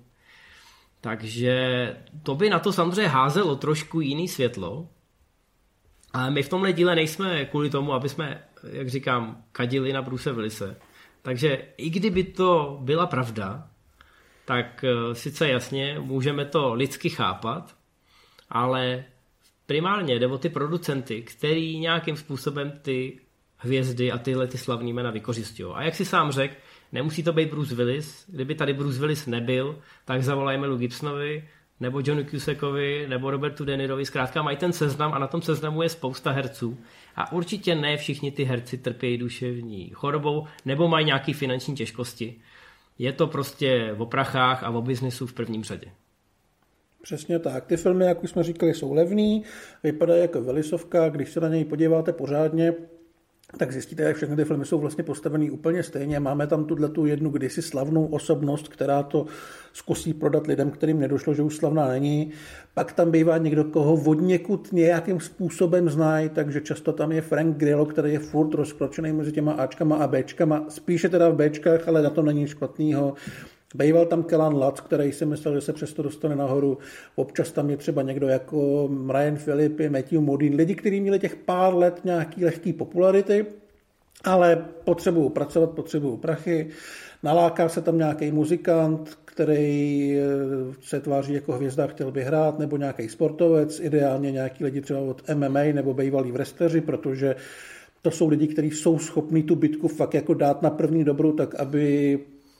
Takže to by na to samozřejmě házelo trošku jiný světlo. Ale my v tomhle díle nejsme kvůli tomu, aby jsme, jak říkám, kadili na Bruce Willise. Takže i kdyby to byla pravda, tak sice jasně, můžeme to lidsky chápat, ale primárně jde o ty producenty, který nějakým způsobem ty hvězdy a tyhle ty slavný jména vykořisťují. A jak si sám řekl, nemusí to být Bruce Willis, kdyby tady Bruce Willis nebyl, tak zavolajme Melu Gibsonovi, nebo Johnu Cusackovi, nebo Robertu De Nirovi, zkrátka mají ten seznam a na tom seznamu je spousta herců. A určitě ne všichni ty herci trpějí duševní chorobou, nebo mají nějaké finanční těžkosti. Je to prostě o prachách a o biznisu v prvním řadě. Přesně tak. Ty filmy, jak už jsme říkali, jsou levný, vypadají jako Willisovka, když se na něj podíváte pořádně, tak zjistíte, že všechny ty filmy jsou vlastně postavený úplně stejně. Máme tam tuto jednu kdysi slavnou osobnost, která to zkusí prodat lidem, kterým nedošlo, že už slavná není. Pak tam bývá někdo, koho odněkud nějakým způsobem znají, takže často tam je Frank Grillo, který je furt rozkročený mezi těma Ačkama a Bčkama. Spíše teda v Bčkách, ale na to není špatnýho. Býval tam Kellan Lutz, který si myslel, že se přesto dostane nahoru. Občas tam je třeba někdo jako Ryan Phillippe, Matthew Modine, lidi, kteří měli těch pár let nějaký lehký popularity, ale potřebují pracovat, potřebují prachy. Naláká se tam nějaký muzikant, který se tváří jako hvězda, chtěl by hrát, nebo nějaký sportovec, ideálně nějaký lidi třeba od M M A nebo bývalí wrestleri, protože to jsou lidi, kteří jsou schopní tu bitku fakt jako dát na první dobrou, tak aby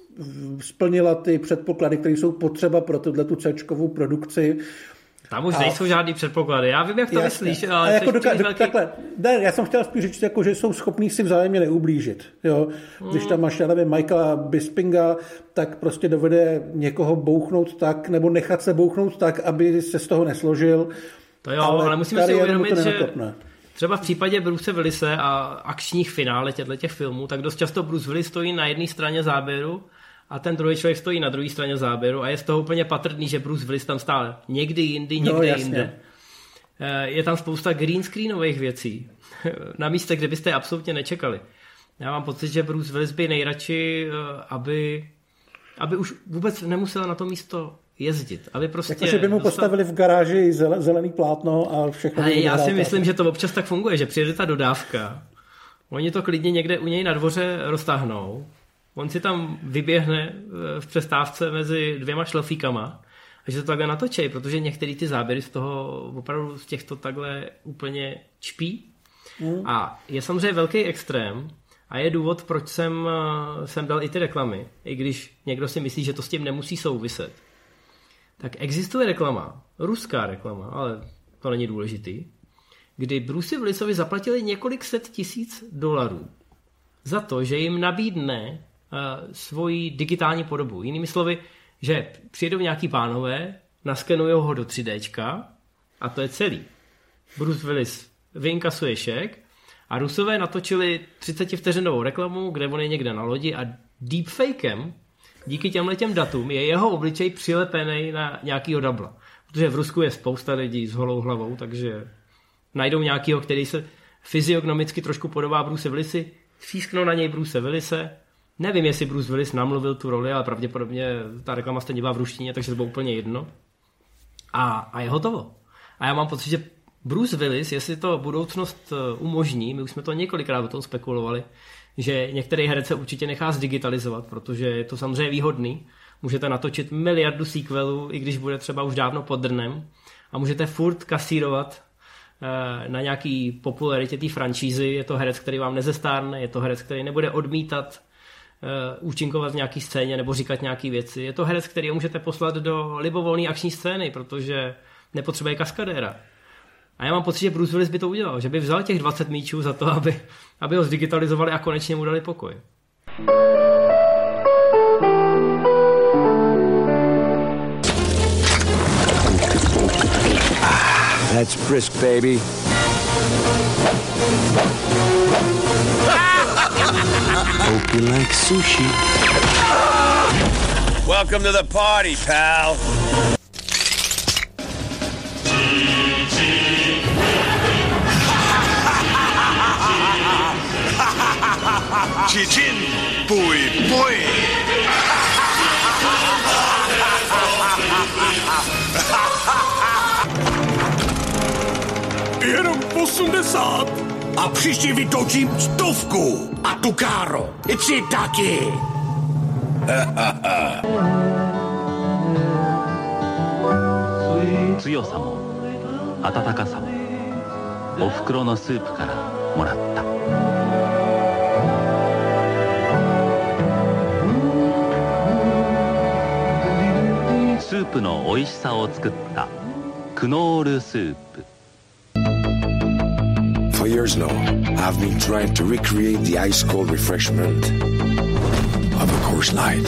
splnila ty předpoklady, které jsou potřeba pro tuto C-čkovou produkci. Tam už a... nejsou žádný předpoklady. Já vím, jak to Jasně. myslíš, ale... A jako doka- velký... takhle, ne, já jsem chtěl spíš říct, jako, že jsou schopní si vzájemně neublížit. Jo? Hmm. Když tam máš, já nevím, Michaela Bispinga, tak prostě dovede někoho bouchnout tak, nebo nechat se bouchnout tak, aby se z toho nesložil. To jo, ale, ale musíme si uvědomit, že třeba v případě Bruce Willise a akčních finále těch filmů, tak dost často Bruce Willis stojí na jedné straně záběru a ten druhý člověk stojí na druhé straně záběru a je z toho úplně patrný, že Bruce Willis tam stál někdy jindy, někde no, jinde. Je tam spousta green screenových věcí na místě, kde byste je absolutně nečekali. Já mám pocit, že Bruce Willis by nejradši, aby, aby už vůbec nemusel na to místo jezdit, aby prostě... Jakože by mu dostal... postavili v garáži zelený plátno a všechno... Ale já si myslím, že to občas tak funguje, že přijede ta dodávka, oni to klidně někde u něj na dvoře roztáhnou, on si tam vyběhne v přestávce mezi dvěma šlofíkama a že to takhle natočí, protože některé ty záběry z toho opravdu z těchto takhle úplně čpí. Mm. A je samozřejmě velký extrém a je důvod, proč jsem, jsem dal i ty reklamy, i když někdo si myslí, že to s tím nemusí souviset. Tak existuje reklama, ruská reklama, ale to není důležitý, kdy Bruce Willisovi zaplatili několik set tisíc dolarů za to, že jim nabídne uh, svoji digitální podobu. Jinými slovy, že přijedou nějaký pánové, naskenujou ho do tři déčka a to je celý. Bruce Willis vyinkasuje šek a Rusové natočili třicetivteřinovou reklamu, kde on je někde na lodi a deepfakem díky těmhletěm datům je jeho obličej přilepený na nějakýho dabla. Protože v Rusku je spousta lidí s holou hlavou, takže najdou nějakýho, který se fyziognomicky trošku podobá Bruce Willisi, físknou na něj Bruce Willise. Nevím, jestli Bruce Willis namluvil tu roli, ale pravděpodobně ta reklama stejně byla v ruštině, takže to bylo úplně jedno. A, a je hotovo. A já mám pocit, že Bruce Willis, jestli to budoucnost umožní, my už jsme to několikrát o tom spekulovali, že některý herec se určitě nechá zdigitalizovat, protože je to samozřejmě výhodný. Můžete natočit miliardu sequelů, i když bude třeba už dávno pod drnem a můžete furt kasírovat eh, na nějaký popularitě té franšízy. Je to herec, který vám nezestárne, je to herec, který nebude odmítat eh, účinkovat v nějaký scéně nebo říkat nějaké věci. Je to herec, který můžete poslat do libovolné akční scény, protože nepotřebuje kaskadéra. A já mám pocit, že Bruce Willis by to udělal, že by vzal těch dvacet míčů za to, aby, aby ho zdigitalizovali a konečně mu dali pokoj. That's brisk, baby. Hope you like sushi. Welcome to the party, pal. Čin, puj, puj. Jenom osmdesát. A příště vytočím stovku. A tu káro. I tři taky. 強さも温かさもおふくろのスープからもらった。スープの美味しさを作ったクノールスープ。 For years now, I've been trying to recreate the ice-cold refreshment of a Coors Light.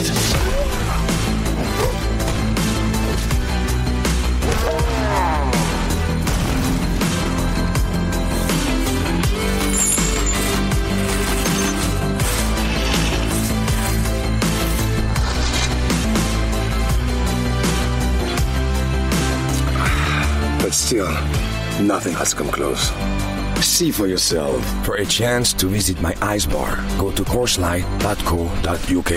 Still, nothing has come close. See for yourself. For a chance to visit my ice bar, go to course light dot co dot u k.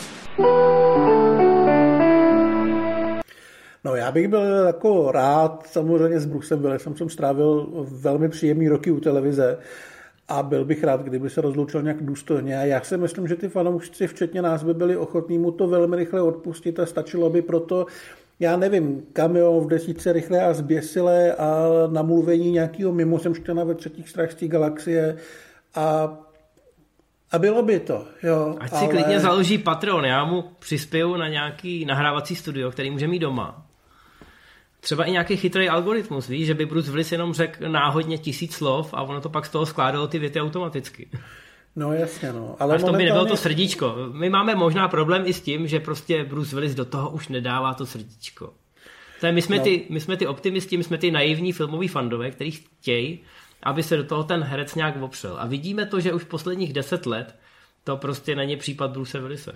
No já bych byl jako rád, samozřejmě s Brucem Willisem jsem strávil velmi příjemný roky u televize a byl bych rád, kdyby se rozloučil nějak důstojně. A já si myslím, že ty fanoušci, včetně nás, by byli ochotní mu to velmi rychle odpustit a stačilo by proto, já nevím, cameo v desítce Rychlé a zběsilé a namluvení nějakého mimozemšťana ve třetích strážcích galaxie a A bylo by to, jo. Ať si ale... klidně založí Patreon, já mu přispěju na nějaký nahrávací studio, který může mít doma. Třeba i nějaký chytrý algoritmus, víš, že by Bruce Willis jenom řekl náhodně tisíc slov a ono to pak z toho skládalo ty věty automaticky. No jasně, no. Ale a v tom by nebylo momentálně... to srdíčko. My máme možná problém i s tím, že prostě Bruce Willis do toho už nedává to srdíčko. To je, my, jsme no. ty, my jsme ty optimisti, my jsme ty naivní filmoví fandové, kteří chtějí, aby se do toho ten herec nějak opřel. A vidíme to, že už posledních deset let to prostě není případ Bruce Willise.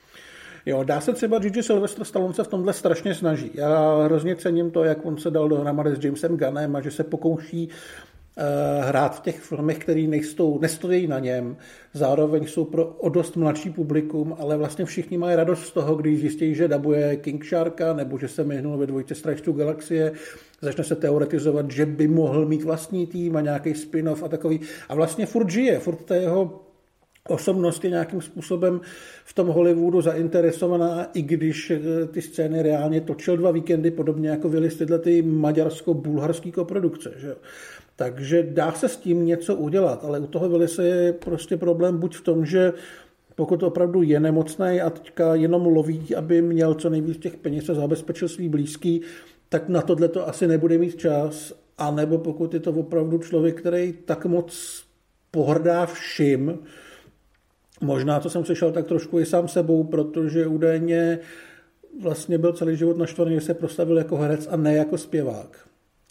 Jo, dá se třeba říct, že Sylvester Stallone se v tomhle strašně snaží. Já hrozně cením to, jak on se dal dohromady s Jamesem Gunnem a že se pokouší uh, hrát v těch filmech, který nejstou, nestojí na něm. Zároveň jsou pro o dost mladší publikum, ale vlastně všichni mají radost z toho, když zjistí, že dabuje King Sharka nebo že se myhnul ve dvojce Strážců galaxie. Začne se teoretizovat, že by mohl mít vlastní tým a nějaký spin-off a takový. A vlastně furt žije, furt ta jeho osobnost je nějakým způsobem v tom Hollywoodu zainteresovaná, i když ty scény reálně točil dva víkendy, podobně jako Willis tyhle ty maďarsko-bulharský koprodukce. Že jo? Takže dá se s tím něco udělat, ale u toho Willise je prostě problém buď v tom, že pokud opravdu je nemocný a teďka jenom loví, aby měl co nejvíc těch peněz a zabezpečil svý blízký, tak na tohle to asi nebude mít čas, anebo pokud je to opravdu člověk, který tak moc pohrdá všim, možná to jsem slyšel tak trošku i sám sebou, protože údajně vlastně byl celý život naštvaný, že se prostavil jako herec a ne jako zpěvák.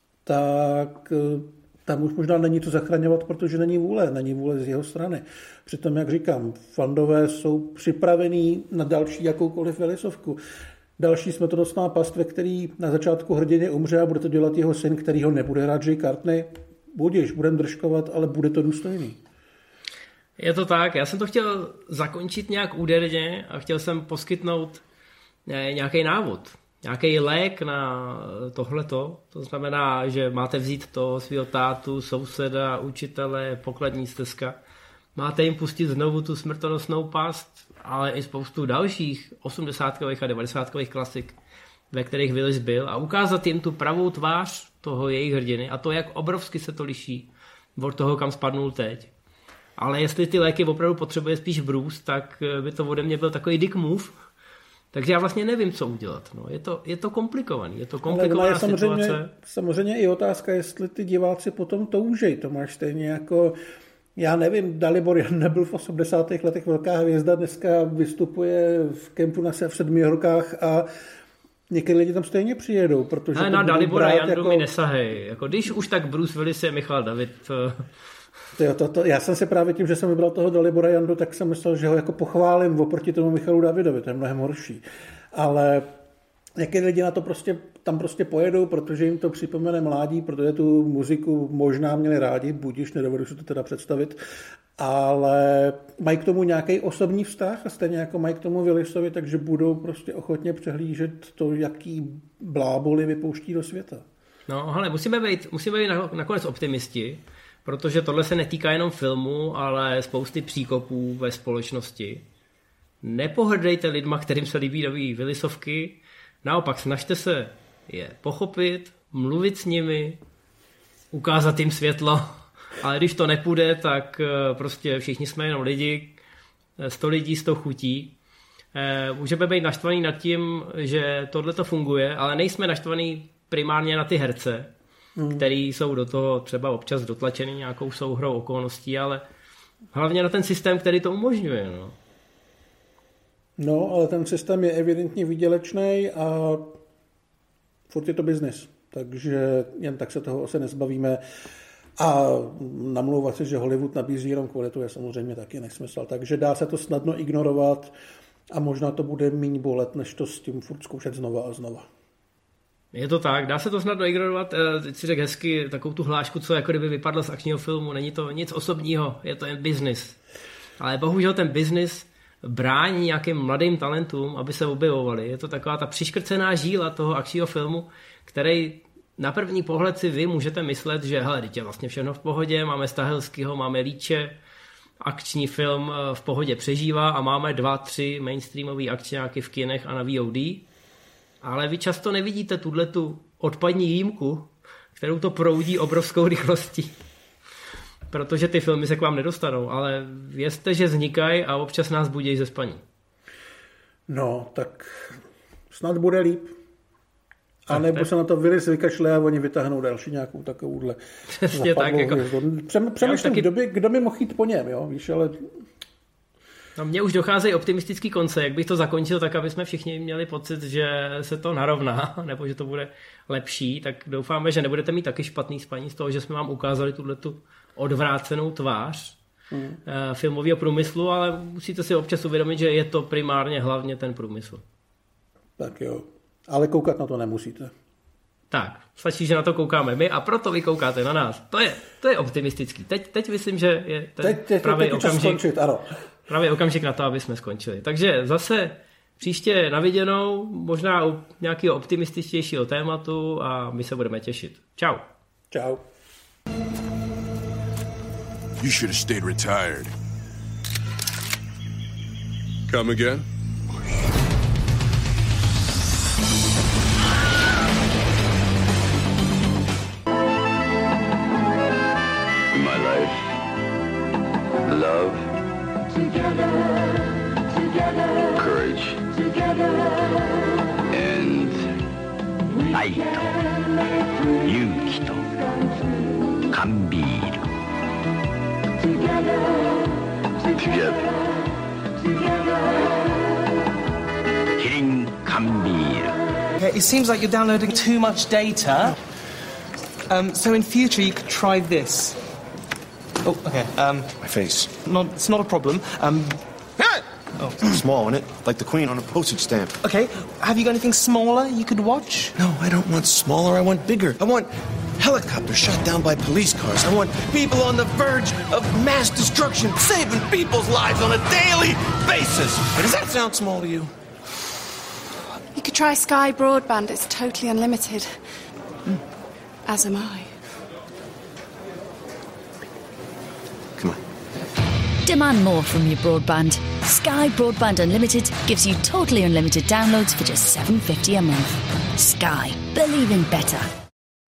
Tak tam už možná není to zachraňovat, protože není vůle, není vůle z jeho strany. Přitom, jak říkám, fandové jsou připravení na další jakoukoliv Willisovku. Další smrtonosná past, ve který na začátku hrdině umře a bude to dělat jeho syn, který ho nebude hrát Jay Courtney. Budiš, budem držkovat, ale bude to důstojný. Je to tak, já jsem to chtěl zakončit nějak úderně a chtěl jsem poskytnout nějaký návod, nějaký lék na tohleto. To znamená, že máte vzít toho svého tátu, souseda, učitele, pokladní stezka. Máte jim pustit znovu tu smrtonosnou past, ale i spoustu dalších osmdesátkových a devadesátkových klasik, ve kterých Willis byl, a ukázat jim tu pravou tvář toho jejich hrdiny a to, jak obrovsky se to liší od toho, kam spadnul teď. Ale jestli ty léky opravdu potřebuje spíš Bruce, tak by to ode mě byl takový dick move. Takže já vlastně nevím, co udělat. No, je, to, je to komplikovaný, je to komplikovaná je samozřejmě, situace. Samozřejmě i otázka, jestli ty diváci potom toužej. To máš stejně jako, já nevím, Dalibor Jan nebyl v osmdesátých letech velká hvězda, dneska vystupuje v kempu na v sedmi horkách a někdy lidi tam stejně přijedou, protože... Ale na Dalibora Jandu jako... mi nesahej. Jako, když už tak Bruce Willis je Michal David... To... To, to, to, já jsem si právě tím, že jsem vybral toho Dalibora Jandu, tak jsem myslel, že ho jako pochválím oproti tomu Michalu Davidovi, to je mnohem horší. Ale někdy lidi na to prostě, tam prostě pojedou, protože jim to připomene mládí, protože tu muziku možná měli rádi, budiž, nedovedu si to teda představit, ale mají k tomu nějaký osobní vztah a stejně jako mají k tomu Willisovi, takže budou prostě ochotně přehlížet to, jaký bláboli vypouští do světa. No, hele, musíme být, musíme být nakonec optimisti, protože tohle se netýká jenom filmu, ale spousty příkopů ve společnosti. Nepohrdejte lidma, kterým se líbí nový Willisovky, naopak snažte se je pochopit, mluvit s nimi, ukázat jim světlo, ale když to nepůjde, tak prostě všichni jsme jenom lidi, sto lidí, sto chutí. Můžeme být naštvaný nad tím, že tohle to funguje, ale nejsme naštvaný primárně na ty herce, Hmm. který jsou do toho třeba občas dotlačený nějakou souhrou okolností, ale hlavně na ten systém, který to umožňuje. No, no ale ten systém je evidentně výdělečný a furt je to biznis, takže jen tak se toho asi nezbavíme a namlouvat si, že Hollywood nabízí jenom kvalitu, je samozřejmě taky nesmysl, takže dá se to snadno ignorovat a možná to bude méně bolet, než to s tím furt zkoušet znova a znova. Je to tak, dá se to snadno ignorovat, teď si řekl hezky takovou tu hlášku, co jako kdyby vypadlo z akčního filmu, není to nic osobního, je to jen business. Ale bohužel ten business brání nějakým mladým talentům, aby se objevovali. Je to taková ta přiškrcená žíla toho akčního filmu, který na první pohled si vy můžete myslet, že hele, teď je vlastně všechno v pohodě, máme Stahelskýho, máme Líče, akční film v pohodě přežívá a máme dva, tři mainstreamové akčňáky v kinech a na V O D. Ale vy často nevidíte tuhletu odpadní jímku, kterou to proudí obrovskou rychlostí. Protože ty filmy se k vám nedostanou, ale vězte, že vznikají a občas nás budějí ze spaní. No, tak snad bude líp. A nebo se na to Willis vykašle a oni vytáhnou další nějakou takovouhle. Přesně tak. Jako... Přemýšlím, taky... kdo, by, kdo by mohl jít po něm, jo, víš, ale... No, mně už docházejí optimistický konce, jak bych to zakončil, tak aby jsme všichni měli pocit, že se to narovná, nebo že to bude lepší, tak doufáme, že nebudete mít taky špatný spaní z toho, že jsme vám ukázali tuhletu odvrácenou tvář hmm. filmového průmyslu, ale musíte si občas uvědomit, že je to primárně hlavně ten průmysl. Tak jo, ale koukat na to nemusíte. Tak, stačí, že na to koukáme my a proto vy koukáte na nás. To je, to je optimistický. Teď, teď myslím, že je ten teď, teď, pravý teď okamžik. Skončit, ano. Právě okamžik na to, aby jsme skončili. Takže zase příště na viděnou, možná u nějakého optimističtějšího tématu a my se budeme těšit. Čau. Čau. You should have stayed retired. Come again? In my life, love, together, together, courage, together, and light, yuki to kanbiru. Together, together, together, Kirin kanbiru. It seems like you're downloading too much data. Um, so in future you could try this. Oh, okay. Um, My face. Not, it's not a problem. Um, oh. It's small, isn't it? Like the Queen on a postage stamp. Okay. Have you got anything smaller you could watch? No, I don't want smaller. I want bigger. I want helicopters shot down by police cars. I want people on the verge of mass destruction, saving people's lives on a daily basis. Does that sound small to you? You could try Sky Broadband. It's totally unlimited. Hmm. As am I. Come on. Demand more from your broadband. Sky Broadband Unlimited gives you totally unlimited downloads for just seven dollars fifty a month. Sky. Believe in better.